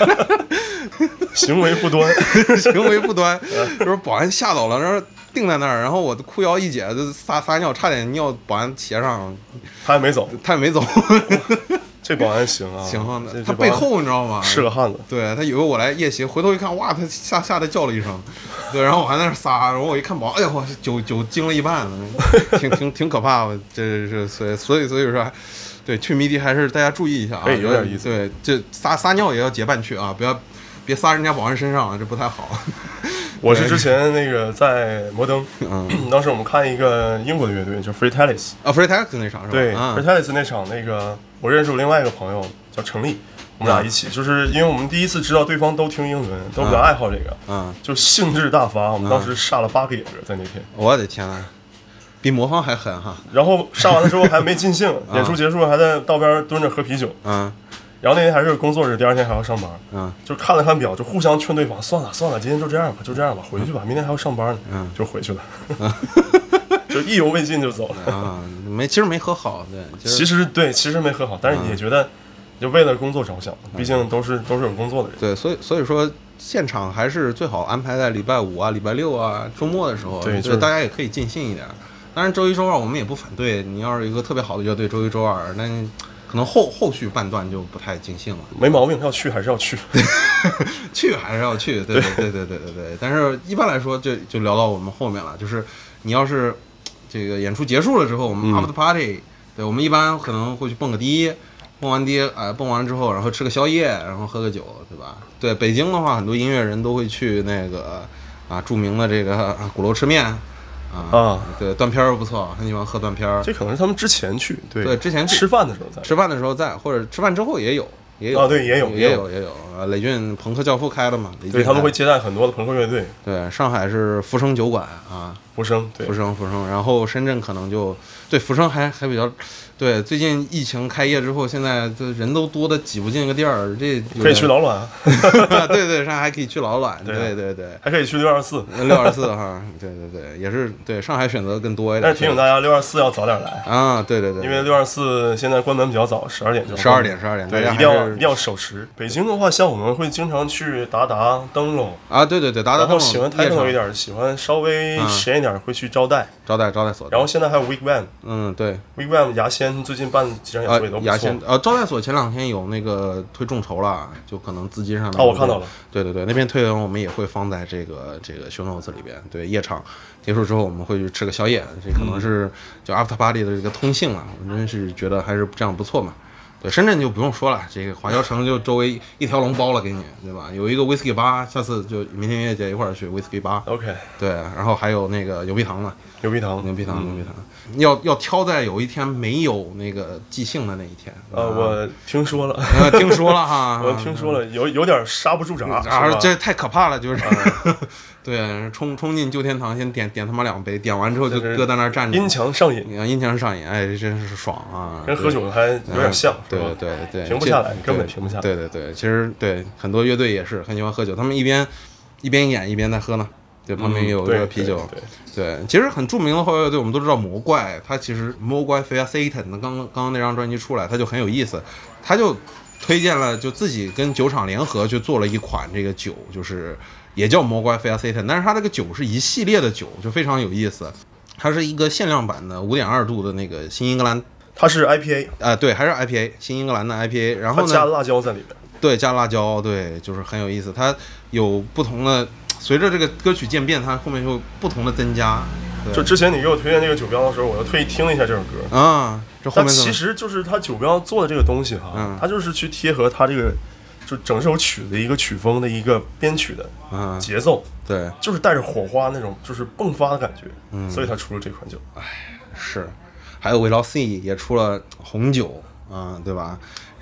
行为不端， 行为不端，就是保安吓到了，然后定在那儿，然后我的裤腰一解，就撒撒尿，差点尿保安鞋上， 他也没走， 他也没走。 这保安行啊， 行啊，他背后你知道吗？ 是个汉子。 对，他以为我来夜袭，回头一看，哇，他吓吓得叫了一声。对，然后我还在那撒，然后我一看保安，哎呀，我酒酒惊了一半，挺挺挺可怕的。这是所以所以所以说，对，去迷笛还是大家注意一下啊， 有点意思。 对，这撒撒尿也要结伴去啊，不要。别撒人家保安身上了，这不太好。 我是之前那个在摩登，嗯，当时我们看一个英国的乐队叫 Free Tallis 啊 ，Free Tallis 那场是吧？ 对、 啊、 ，Free Tallis 那场那个我认识我另外一个朋友叫程立，我们俩一起，啊、就是因为我们第一次知道对方都听英文，都比较爱好这个，嗯、啊，就兴致大发，我们当时杀了八个野歌在那天。 我的天啊！比魔方还狠哈！ 然后杀完了之后还没尽兴，演出结束还在道边蹲着喝啤酒，嗯。然后那天还是工作日，第二天还要上班，嗯，就看了看表，就互相劝对方，算了算了，今天就这样吧，就这样吧，回去吧，明天还要上班呢，嗯，就回去了，嗯、就意犹未尽就走了啊，没，其实没喝好，对， 其实对，其实没喝好，但是也觉得，就为了工作着想，毕竟都是都是有工作的人， 对，所以所以说现场还是最好安排在礼拜五啊、礼拜六啊、周末的时候， 对， 就是大家也可以尽兴一点。当然周一、周二我们也不反对，你要是一个特别好的乐队，周一、周二，那可能后后续半段就不太尽兴了。 没毛病，要去还是要去， 去还是要去，对对对对对对对。但是一般来说就，就就聊到我们后面了，就是你要是这个演出结束了之后，我们 after party，、嗯、对，我们一般可能会去蹦个迪，蹦完迪，哎、呃，蹦完之后，然后吃个宵夜，然后喝个酒，对吧？对，北京的话，很多音乐人都会去那个啊著名的这个、啊、鼓楼吃面。啊, 啊，对，断片儿不错，很喜欢喝断片儿。 这可能是他们之前去，对， 对，之前吃饭的时候在， 吃饭的时候在，或者吃饭之后也有，也有啊，对，也有， 也有，也有。啊，雷军朋克教父开的嘛， 对，他们会接待很多的朋克乐队。 对，上海是福生酒馆啊， 福生，对， 福生，福生。然后深圳可能就对福生还还比较。对，最近疫情开业之后，现在这人都多的挤不进个地儿，这可以去老卵。 对对，上海还可以去老卵，对对 对, 对， 还可以去六二四， 六二四哈，对对对，也是对上海选择更多一点。 但是提醒大家，六二四要早点来啊，对对对， 因为六二四现在关门比较早，十二点就十二点十二点， 对，一定要一定要守时。北京的话，像我们会经常去达达、灯笼啊，对对对，达达灯笼。 然后喜欢 techno 一点，喜欢稍微实验一点，会去招待招待招待所。 然后现在还有 Wigwam， 嗯，对 ，Wigwam 牙仙最近办几场演出也都不错。 牙仙呃，招待所前两天有那个推众筹了，就可能资金上面。 哦，我看到了。 对对对，那边推文我们也会放在这个这个 show notes 里边。对，夜场结束之后我们会去吃个宵夜，这可能是就 after party 的这个通性了。我真是觉得还是这样不错嘛。对，深圳就不用说了，这个华侨城就周围一条龙包了给你，对吧？有一个 whisky 吧，下次就明天音乐节一块儿去 whisky 吧。 OK。对， 然后还有那个牛皮糖嘛， 牛皮糖， 牛皮糖，牛皮糖，要要挑在有一天没有那个即兴的那一天。 呃，我听说了， 呃、听说了哈， 我听说了，有有点刹不住闸， 啊，这太可怕了，就是。对，冲冲进旧天堂，先点点他妈两杯，点完之后就搁在那儿站着， 音墙上瘾， 音墙上瘾，哎，真是爽啊！ 跟喝酒还有点像， 对对对， 停不下来，根本停不下来。 对对对，其实对很多乐队也是很喜欢喝酒，他们一边一边演一边在喝呢，对，旁边有一个啤酒，对，其实很著名的后乐队，我们都知道魔怪，他其实魔怪 Fear Satan， 那刚刚刚那张专辑出来，他就很有意思，他就推荐了，就自己跟酒厂联合去做了一款这个酒，就是也叫魔怪 Fear Satan， 但是它这个酒是一系列的酒，就非常有意思。它是一个限量版的 五点二 度的那个新英格兰， 它是 I P A， 呃，对，还是 I P A， 新英格兰的 I P A， 然后呢， 加辣椒在里面， 对，加辣椒，对，就是很有意思。它有不同的，随着这个歌曲渐变，它后面就不同的增加。 就之前你给我推荐这个酒标的时候，我又特意听了一下这首歌啊。这后面其实就是他酒标做的这个东西哈，嗯、他就是去贴合他这个就整首曲的一个曲风的一个编曲的节奏， 嗯、对， 就是带着火花那种就是迸发的感觉，嗯，所以他出了这款酒。 哎，是，还有维劳 C 也出了红酒啊、嗯，对吧？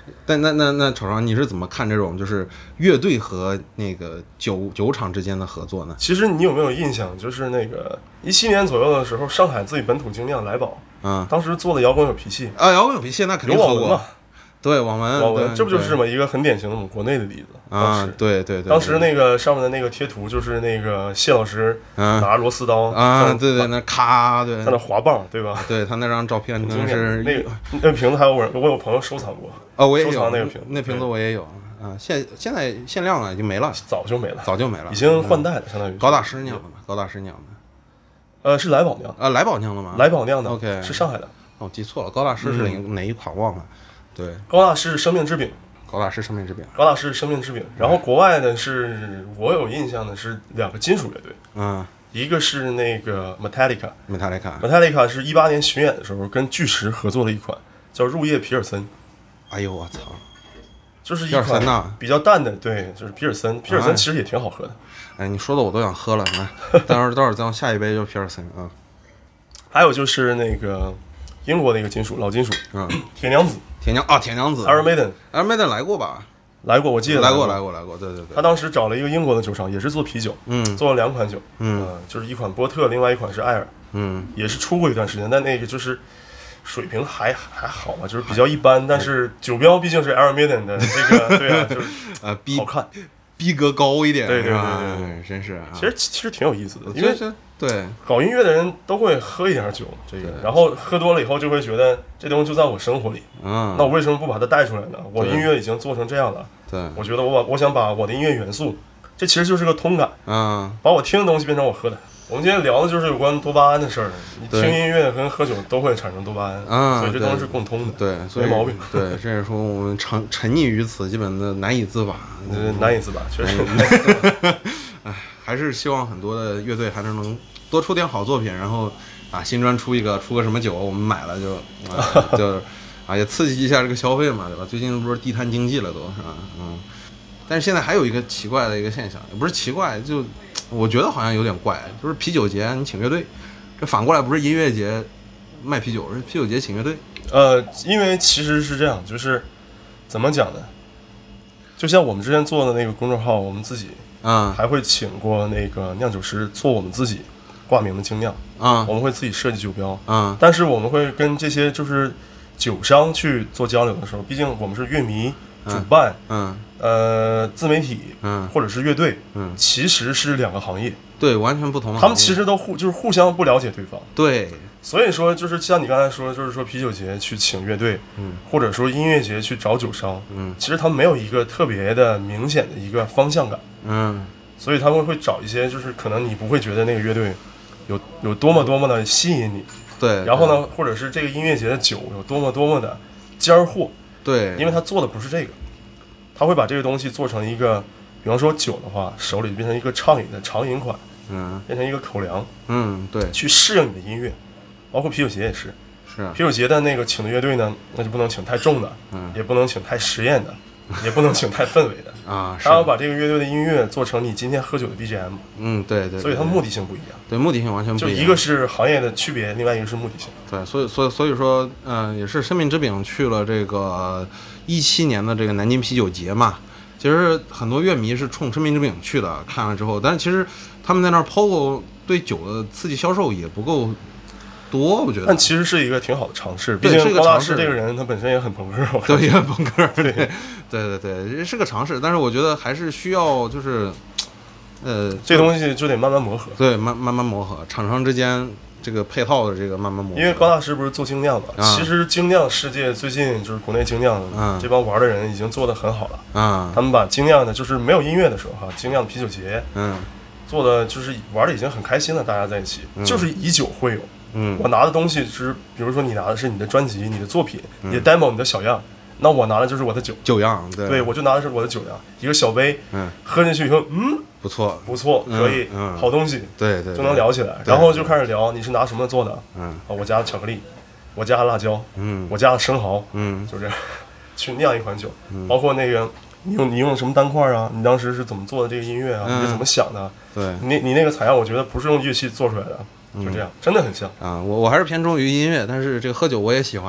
但那那那厂商你是怎么看这种就是乐队和那个酒酒厂之间的合作呢？ 其实你有没有印象，就是那个一七年左右的时候，上海自己本土精酿来宝， 嗯， 当时做的摇滚有脾气啊，摇滚有脾气那肯定合过。对网文， 网文，这不就是这么一个很典型的我们国内的例子啊？对对对， 当时那个上面的那个贴图就是那个谢老师拿螺丝刀啊，对对，那咔，对， 在那滑棒，对吧？ 对他那张照片真的是那个那个瓶子，还有我我有朋友收藏过啊，我也有收藏那个瓶子， 那瓶子我也有啊，现现在限量了，已经没了， 早就没了， 早就没了， 已经换代了，相当于高大师酿的嘛，高大师酿的， 呃，是来宝酿啊，来宝酿的吗？ 来宝酿的 ，OK， 是上海的， 哦，记错了，高大师是哪哪一款忘了。对， 高大师是生命之饼， 高大师生命之饼， 高大师生命之饼。然后国外的是我有印象的是两个金属乐队， 嗯， 一个是那个 Metallica，Metallica，Metallica 是一八年巡演的时候跟巨石合作的一款叫入夜皮尔森。 哎呦我操， 就是一款比较淡的，对，就是皮尔森，皮尔森其实也挺好喝的。 哎，你说的我都想喝了，来，待会儿待会儿咱下一杯就皮尔森啊。 还有就是那个。英国的一个金属老金属， 嗯， 铁娘子， 铁娘啊，铁娘子 ，Iron Maiden，Iron Maiden 来过吧？ 来过，我记得来过，来过，来过，对对对。 他当时找了一个英国的酒厂，也是做啤酒， 嗯， 做了两款酒， 嗯、 呃，就是一款波特，另外一款是艾尔， 嗯， 也是出过一段时间，但那个就是水平还还好吧，就是比较一般，但是酒标毕竟是 Iron Maiden 的这个，对啊，就是呃， 好看， 逼格高一点， 对对对对对，真是、啊。 其实其实挺有意思的，因为对搞音乐的人都会喝一点酒，这个，然后喝多了以后就会觉得这东西就在我生活里， 嗯， 那我为什么不把它带出来呢？我音乐已经做成这样了， 对， 我觉得我把我想把我的音乐元素，这其实就是个通感， 嗯， 把我听的东西变成我喝的。我们今天聊的就是有关多巴胺的事儿，你听音乐跟喝酒都会产生多巴胺， 嗯， 所以这东西是共通的， 对， 没毛病。 对，这也说我们沉沉溺于此，基本的难以自拔， 难以自拔，确实。 哎，还是希望很多的乐队还是能多出点好作品，然后啊，新专出一个，出个什么酒，我们买了就啊就啊也刺激一下这个消费嘛，对吧？最近不是地摊经济了都是吧？嗯，但是现在还有一个奇怪的一个现象，也不是奇怪，就我觉得好像有点怪，就是啤酒节你请乐队，这反过来不是音乐节卖啤酒，是啤酒节请乐队。 呃，因为其实是这样，就是怎么讲呢？就像我们之前做的那个公众号，我们自己啊、嗯、 还会请过那个酿酒师做我们自己挂名的精酿啊、嗯， 我们会自己设计酒标啊、嗯， 但是我们会跟这些就是酒商去做交流的时候，毕竟我们是乐迷、主办， 嗯。嗯呃，自媒体， 嗯， 或者是乐队， 嗯， 其实是两个行业， 对，完全不同的行业。 他们其实都互就是互相不了解对方， 对， 所以说就是像你刚才说，就是说啤酒节去请乐队， 嗯， 或者说音乐节去找酒商， 嗯， 其实他们没有一个特别的明显的一个方向感， 嗯， 所以他们会找一些就是可能你不会觉得那个乐队有有多么多么的吸引你， 对， 然后呢，或者是这个音乐节的酒有多么多么的尖货， 对， 因为他做的不是这个。他会把这个东西做成一个，比方说酒的话，手里变成一个畅饮的长饮款， 嗯， 变成一个口粮， 嗯，对， 去适应你的音乐，包括啤酒节也是， 是啊， 啤酒节的那个请的乐队呢，那就不能请太重的， 嗯， 也不能请太实验的，也不能请太氛围的啊， 他要把这个乐队的音乐做成你今天喝酒的 B G M， 嗯，对 对, 对， 所以它目的性不一样， 对，目的性完全不一样， 就一个是行业的区别，另外一个是目的性， 对，所以所以所以说，嗯、呃，也是生命之饼去了这个一七年的这个南京啤酒节嘛。其实很多乐迷是冲生命之饼去的，看了之后，但是其实他们在那儿抛过对酒的刺激销售也不够多，我觉得。 但其实是一个挺好的尝试，毕竟高大师这个人他本身也很朋克， 对，也很朋克，对，对对对，是个尝试，但是我觉得还是需要就是，呃， 这东西就得慢慢磨合， 对，慢慢慢磨合，厂商之间。这个配套的这个慢慢磨合， 因为高大师不是做精酿嘛、 啊， 其实精酿世界最近就是国内精酿、啊、这帮玩的人已经做得很好了啊。 他们把精酿的，就是没有音乐的时候哈，精酿啤酒节， 嗯， 做的就是玩的已经很开心了，大家在一起， 嗯、 就是以酒会友。 嗯， 我拿的东西是，比如说你拿的是你的专辑、你的作品、嗯、你的 demo、你的小样，那我拿的就是我的酒酒样，对， 对我就拿的是我的酒样，一个小杯， 嗯， 喝进去以后，嗯。 不错， 不错，可以， 嗯嗯、 好东西， 对 对, 对， 就能聊起来，然后就开始聊你是拿什么做的， 嗯， 啊，我加巧克力，我加辣椒， 嗯， 我加了生蚝， 嗯， 就这样去酿一款酒， 嗯、 包括那个你用你用什么单块啊，你当时是怎么做的这个音乐啊， 嗯、 你是怎么想的？ 对， 你你那个采样，我觉得不是用乐器做出来的，就这样， 嗯、 真的很像啊。我我还是偏重于音乐，但是这个喝酒我也喜欢。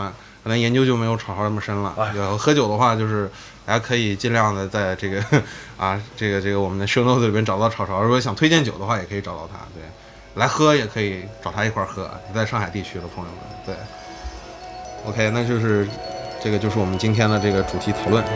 可能研究就没有炒潮那么深了。有喝酒的话，就是大家可以尽量的在这个啊这个这个我们的 show notes 里边找到炒潮。如果想推荐酒的话，也可以找到他。对，来喝也可以找他一块喝。在上海地区的朋友们，对。OK， 那就是这个就是我们今天的这个主题讨论。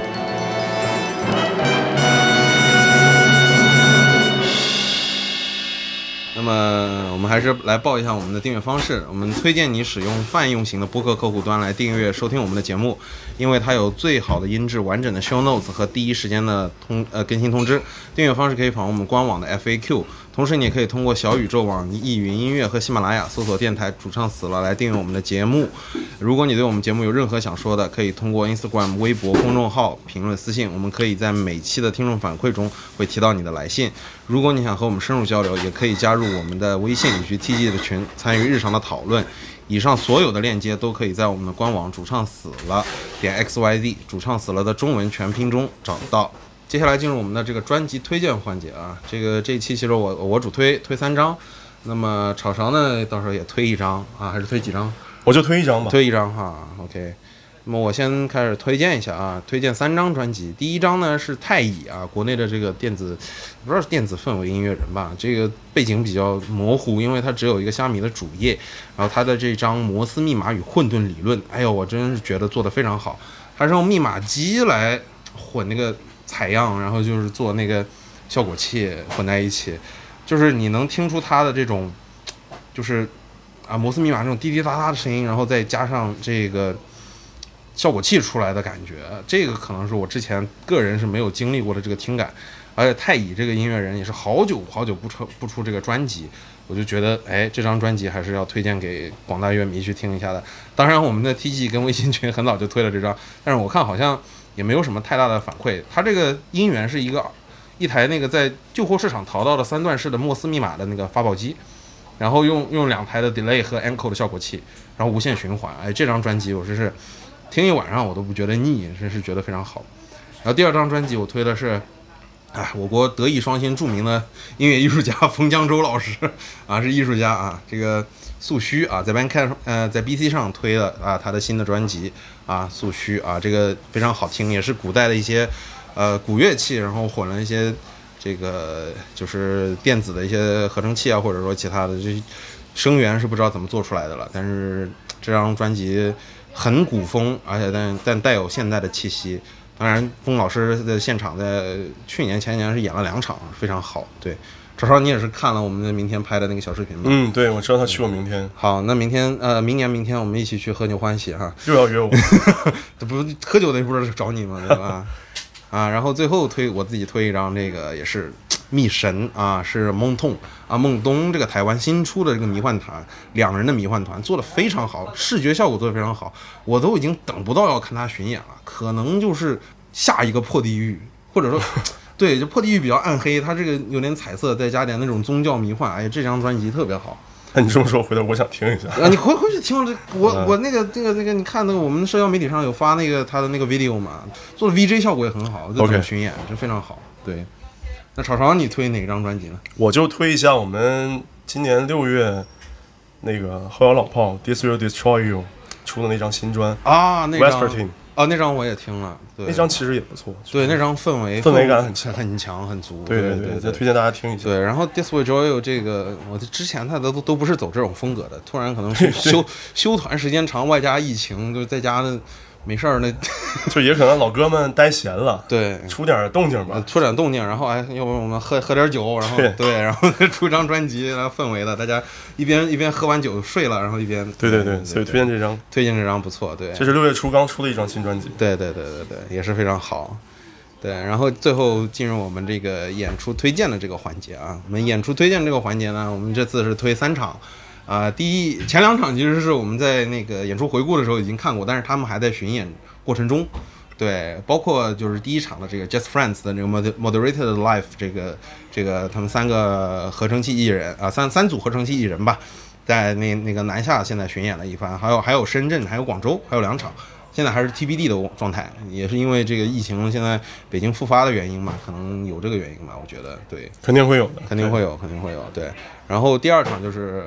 那么我们还是来报一下我们的订阅方式。我们推荐你使用泛用型的播客客户端来订阅收听我们的节目，因为它有最好的音质、完整的 show notes 和第一时间的通呃更新通知。订阅方式可以访问我们官网的 F A Q， 同时你也可以通过小宇宙、网易云音乐和喜马拉雅搜索电台主唱死了来订阅我们的节目。如果你对我们节目有任何想说的，可以通过 Instagram 微博公众号评论私信，我们可以在每期的听众反馈中会提到你的来信。如果你想和我们深入交流，也可以加入我们的微信以及 T G 的群，参与日常的讨论。以上所有的链接都可以在我们的官网主唱死了点 X Y Z 主唱死了的中文全拼中找到。接下来进入我们的这个专辑推荐环节啊，这个这一期其实我我主推推三张，那么炒勺呢到时候也推一张啊，还是推几张？ 我就推一张吧， 推一张哈 ，OK。那么我先开始推荐一下啊，推荐三张专辑。第一张呢是太乙啊，国内的这个电子，不知道是电子氛围音乐人吧，这个背景比较模糊，因为它只有一个虾米的主页。然后它的这张《摩斯密码与混沌理论》，哎呦，我真是觉得做得非常好。它是用密码机来混那个采样，然后就是做那个效果器混在一起，就是你能听出它的这种，就是啊摩斯密码这种滴滴答答的声音，然后再加上这个效果器出来的感觉，这个可能是我之前个人是没有经历过的这个听感。而且太乙这个音乐人也是好久好久不出不出这个专辑，我就觉得哎，这张专辑还是要推荐给广大乐迷去听一下的。当然我们的 T G 跟微信群很早就推了这张，但是我看好像也没有什么太大的反馈。它这个音源是一个一台那个在旧货市场淘到的三段式的摩斯密码的那个发报机，然后用用两台的 delay 和 echo 的效果器，然后无线循环。哎，这张专辑我真是听一晚上我都不觉得腻，真是觉得非常好。然后第二张专辑我推的是哎，我国德艺双馨著名的音乐艺术家冯江洲老师啊，是艺术家啊，这个素虚啊，在 Bandcamp 呃在 B C 上推了啊他的新的专辑啊素虚啊，这个非常好听，也是古代的一些呃古乐器，然后混了一些这个就是电子的一些合成器啊，或者说其他的这声源是不知道怎么做出来的了，但是这张专辑很古风，而且但但带有现代的气息。当然，龚老师的现场在去年前年是演了两场，非常好。对，超超你也是看了我们的明天拍的那个小视频吗？ 嗯，对，我知道他去过明天。 好，那明天呃，明年明天我们一起去喝酒欢喜哈。 又要约我？ 这不喝酒的不是找你吗？对吧？啊，然后最后推我自己推一张，这个也是密神啊，是梦痛啊，梦东这个台湾新出的这个迷幻团，两人的迷幻团做的非常好，视觉效果做的非常好，我都已经等不到要看他巡演了，可能就是下一个破地狱，或者说对，就破地狱比较暗黑，它这个有点彩色，再加点那种宗教迷幻，哎，这张专辑特别好。 那你这么说，回头我想听一下啊！你回回去听这我我那个那个那个，你看那个我们社交媒体上有发那个他的那个 video 嘛，做的 V J 效果也很好，这种巡演这非常好。对，那炒炒你推哪张专辑呢？ 我就推一下我们今年六月那个后摇老炮 This Will Destroy You 出的那张新专啊，那张 Vespertine。 哦，那张我也听了，对， 那张其实也不错， 对，那张氛围氛围感很强， 很强，很足， 对对对， 再推荐大家听一下。 对，然后 This Will Destroy You 这个，我之前他都都不是走这种风格的，突然可能是休休团时间长，外加疫情，就在家呢没事儿那， 就也可能老哥们待闲了， 对， 出点动静吧， 出点动静，然后哎，要不我们喝喝点酒，然后对，然后出一张专辑，然后氛围的，大家一边一边喝完酒睡了，然后一边对对对，所以推荐这张， 推荐这张不错，对， 这是六月初刚出的一张新专辑， 对对对对对，也是非常好，对，然后最后进入我们这个演出推荐的这个环节啊，我们演出推荐这个环节呢，我们这次是推三场。啊、呃，第一前两场其实是我们在那个演出回顾的时候已经看过，但是他们还在巡演过程中。对，包括就是第一场的这个 Just Friends 的这个 Moderated Live 这个这个他们三个合成器艺人啊，三三组合成器艺人吧，在那那个南下现在巡演了一番，还有还有深圳，还有广州，还有两场。现在还是 T B D 的状态，也是因为这个疫情现在北京复发的原因嘛，可能有这个原因吧，我觉得对， 肯定会有的， 肯定会有，肯定会有，对。然后第二场就是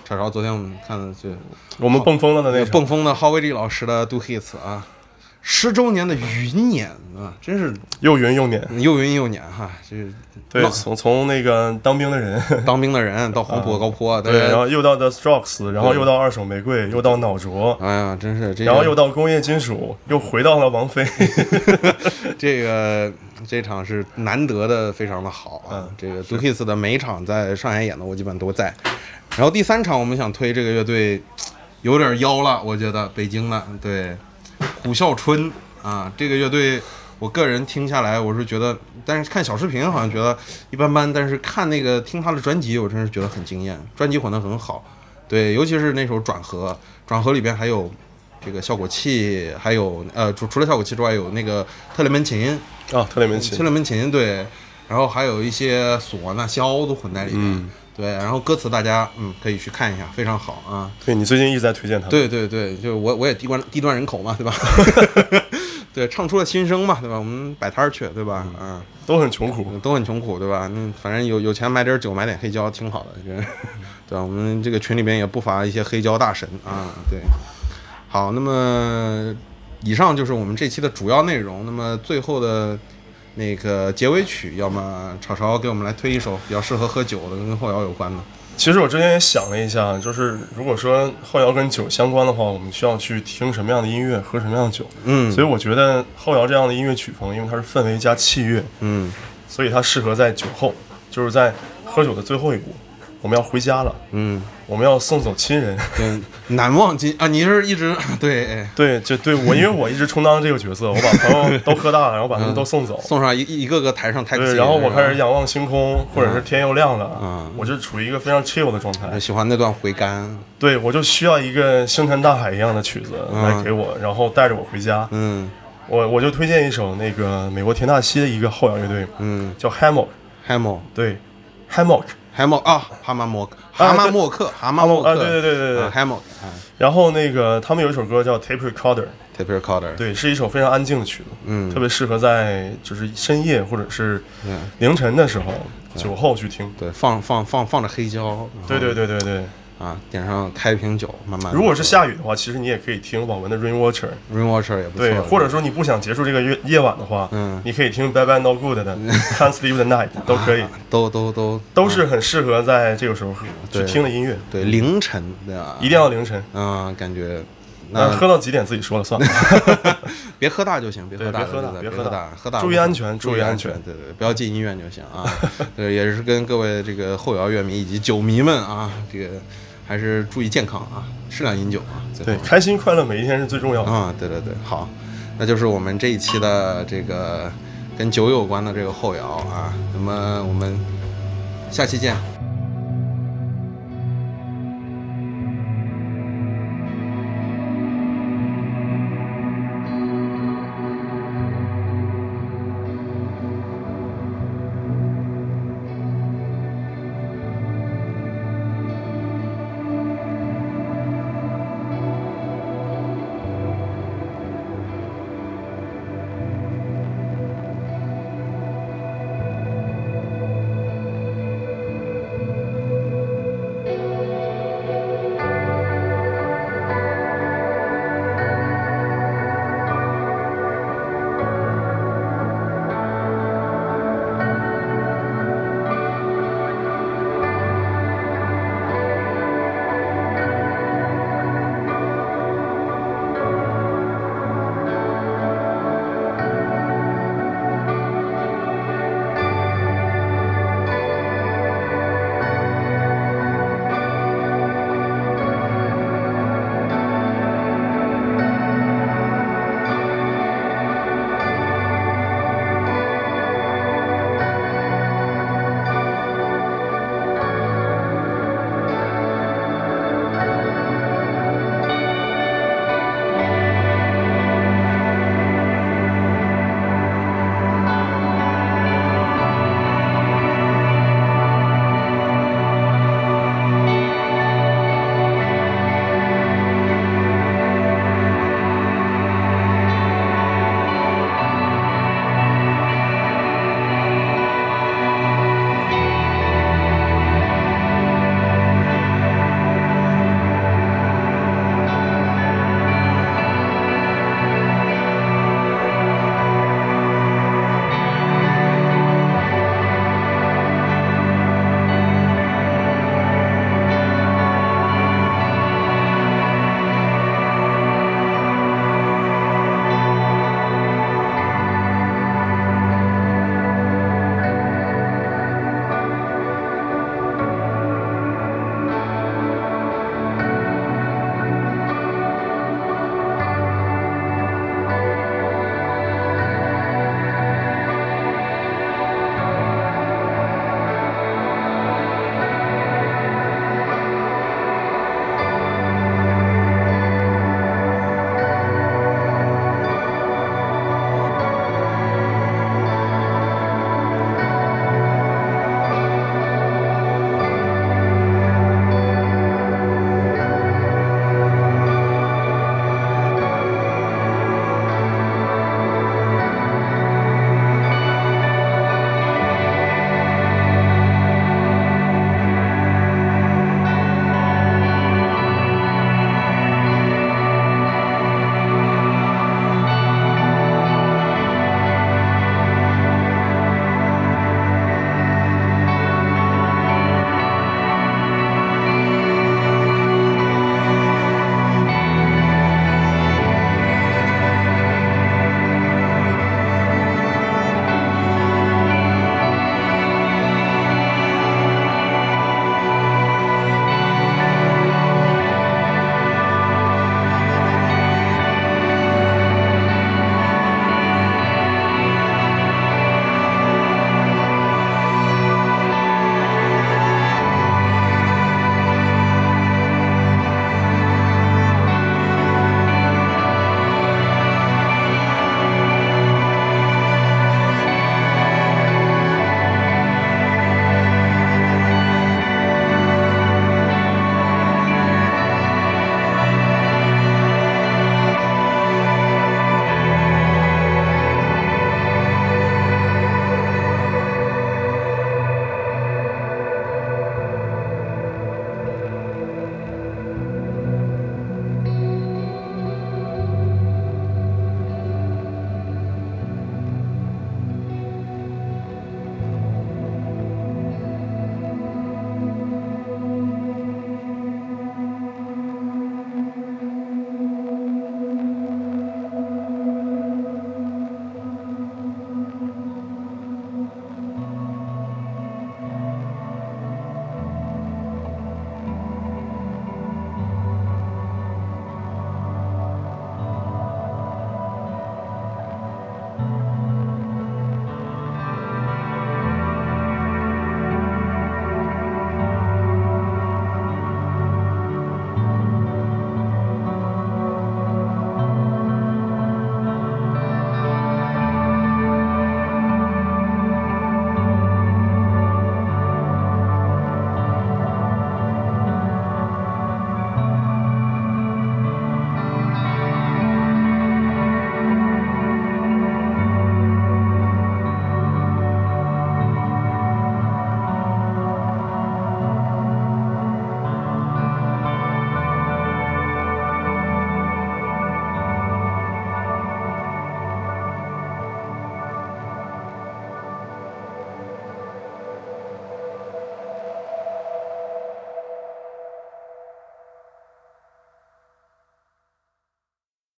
超超昨天我们看的就我们蹦疯了的那蹦疯的郝伟丽老师的 Do Hits 啊。十周年的云年啊，真是又云又年， 又云又年哈，这对，从从那个当兵的人， 当兵的人到黄埔高坡， 对，然后又到 The Strokes， 然后又到二手玫瑰，又到脑浊， 哎呀，真是， 然后又到工业金属，又回到了王菲， 这个这场是难得的，非常的好啊。这个 Do Hits 的每一场在上海演的，我基本都在。然后第三场我们想推这个乐队，有点妖了，我觉得北京的对。虎啸春啊，这个乐队，我个人听下来，我是觉得，但是看小视频好像觉得一般般，但是看那个听他的专辑，我真是觉得很惊艳，专辑混得很好，对，尤其是那首《转河》，《转河》里边还有这个效果器，还有呃，除除了效果器之外，有那个特雷门琴啊，特雷门琴， 特雷门琴，对，然后还有一些唢呐、箫都混在里面。嗯对，然后歌词大家嗯可以去看一下，非常好啊。 对，你最近一直在推荐他。 对对对，就我我也低端低端人口嘛，对吧？对，唱出了心声嘛，对吧？我们摆摊去，对吧？嗯，啊、 都很穷苦， 都很穷苦，对吧？嗯，反正有有钱买点酒，买点黑胶，挺好的。对吧？我们这个群里边也不乏一些黑胶大神啊。对，好，那么以上就是我们这期的主要内容。那么最后的。那个结尾曲，要么炒炒给我们来推一首比较适合喝酒的，跟后摇有关的。 其实我之前也想了一下，就是如果说后摇跟酒相关的话，我们需要去听什么样的音乐，喝什么样的酒。嗯，所以我觉得后摇这样的音乐曲风，因为它是氛围加器乐，嗯，所以它适合在酒后，就是在喝酒的最后一步，我们要回家了，嗯，我们要送走亲人， 对，难忘今啊，你是一直对对，就对我，因为我一直充当这个角色，我把朋友都喝大了，然后把他们都送走， 嗯、送上一一个个抬上台， 对，然后我开始仰望星空，或者是天又亮了，嗯，我就处于一个非常 chill 的状态， 喜欢那段回甘， 对，我就需要一个星辰大海一样的曲子来给我，嗯、然后带着我回家，嗯，我我就推荐一首那个美国田纳西的一个后摇乐队，嗯，叫 Hammock，Hammock， 对 ，Hammock。 海默啊，哈马莫克，哈马莫克，哈马莫克， 啊，对对对对对， 海默。 然后那个他们有一首歌叫 Tape Recorder，Tape Recorder， 对，是一首非常安静的曲子，嗯，特别适合在就是深夜或者是凌晨的时候，酒后去听， 对，放放放放着黑胶， 对对对对对。 啊，点上开瓶酒，慢慢。 如果是下雨的话，其实你也可以听网文的 Rain Watcher，Rain Watcher 也不错。 对，或者说你不想结束这个夜夜晚的话，嗯，你可以听 Bad Bad No Good 的 Can't Sleep the Night， 都可以，啊、 都都都都是很适合在这个时候去听的音乐。 对，对凌晨对吧？ 一定要凌晨。 嗯，感觉。 那喝到几点自己说了算了， 别喝大就行，别喝大， 别喝大， 别喝大，喝大， 注意安全， 注意安全，对对，不要进医院就行啊。对，也是跟各位这个后摇乐迷以及酒迷们啊，这个。还是注意健康啊，适量饮酒啊。 对，开心快乐每一天是最重要的啊。对对对，好，那就是我们这一期的这个跟酒有关的这个后摇啊。那么我们下期见。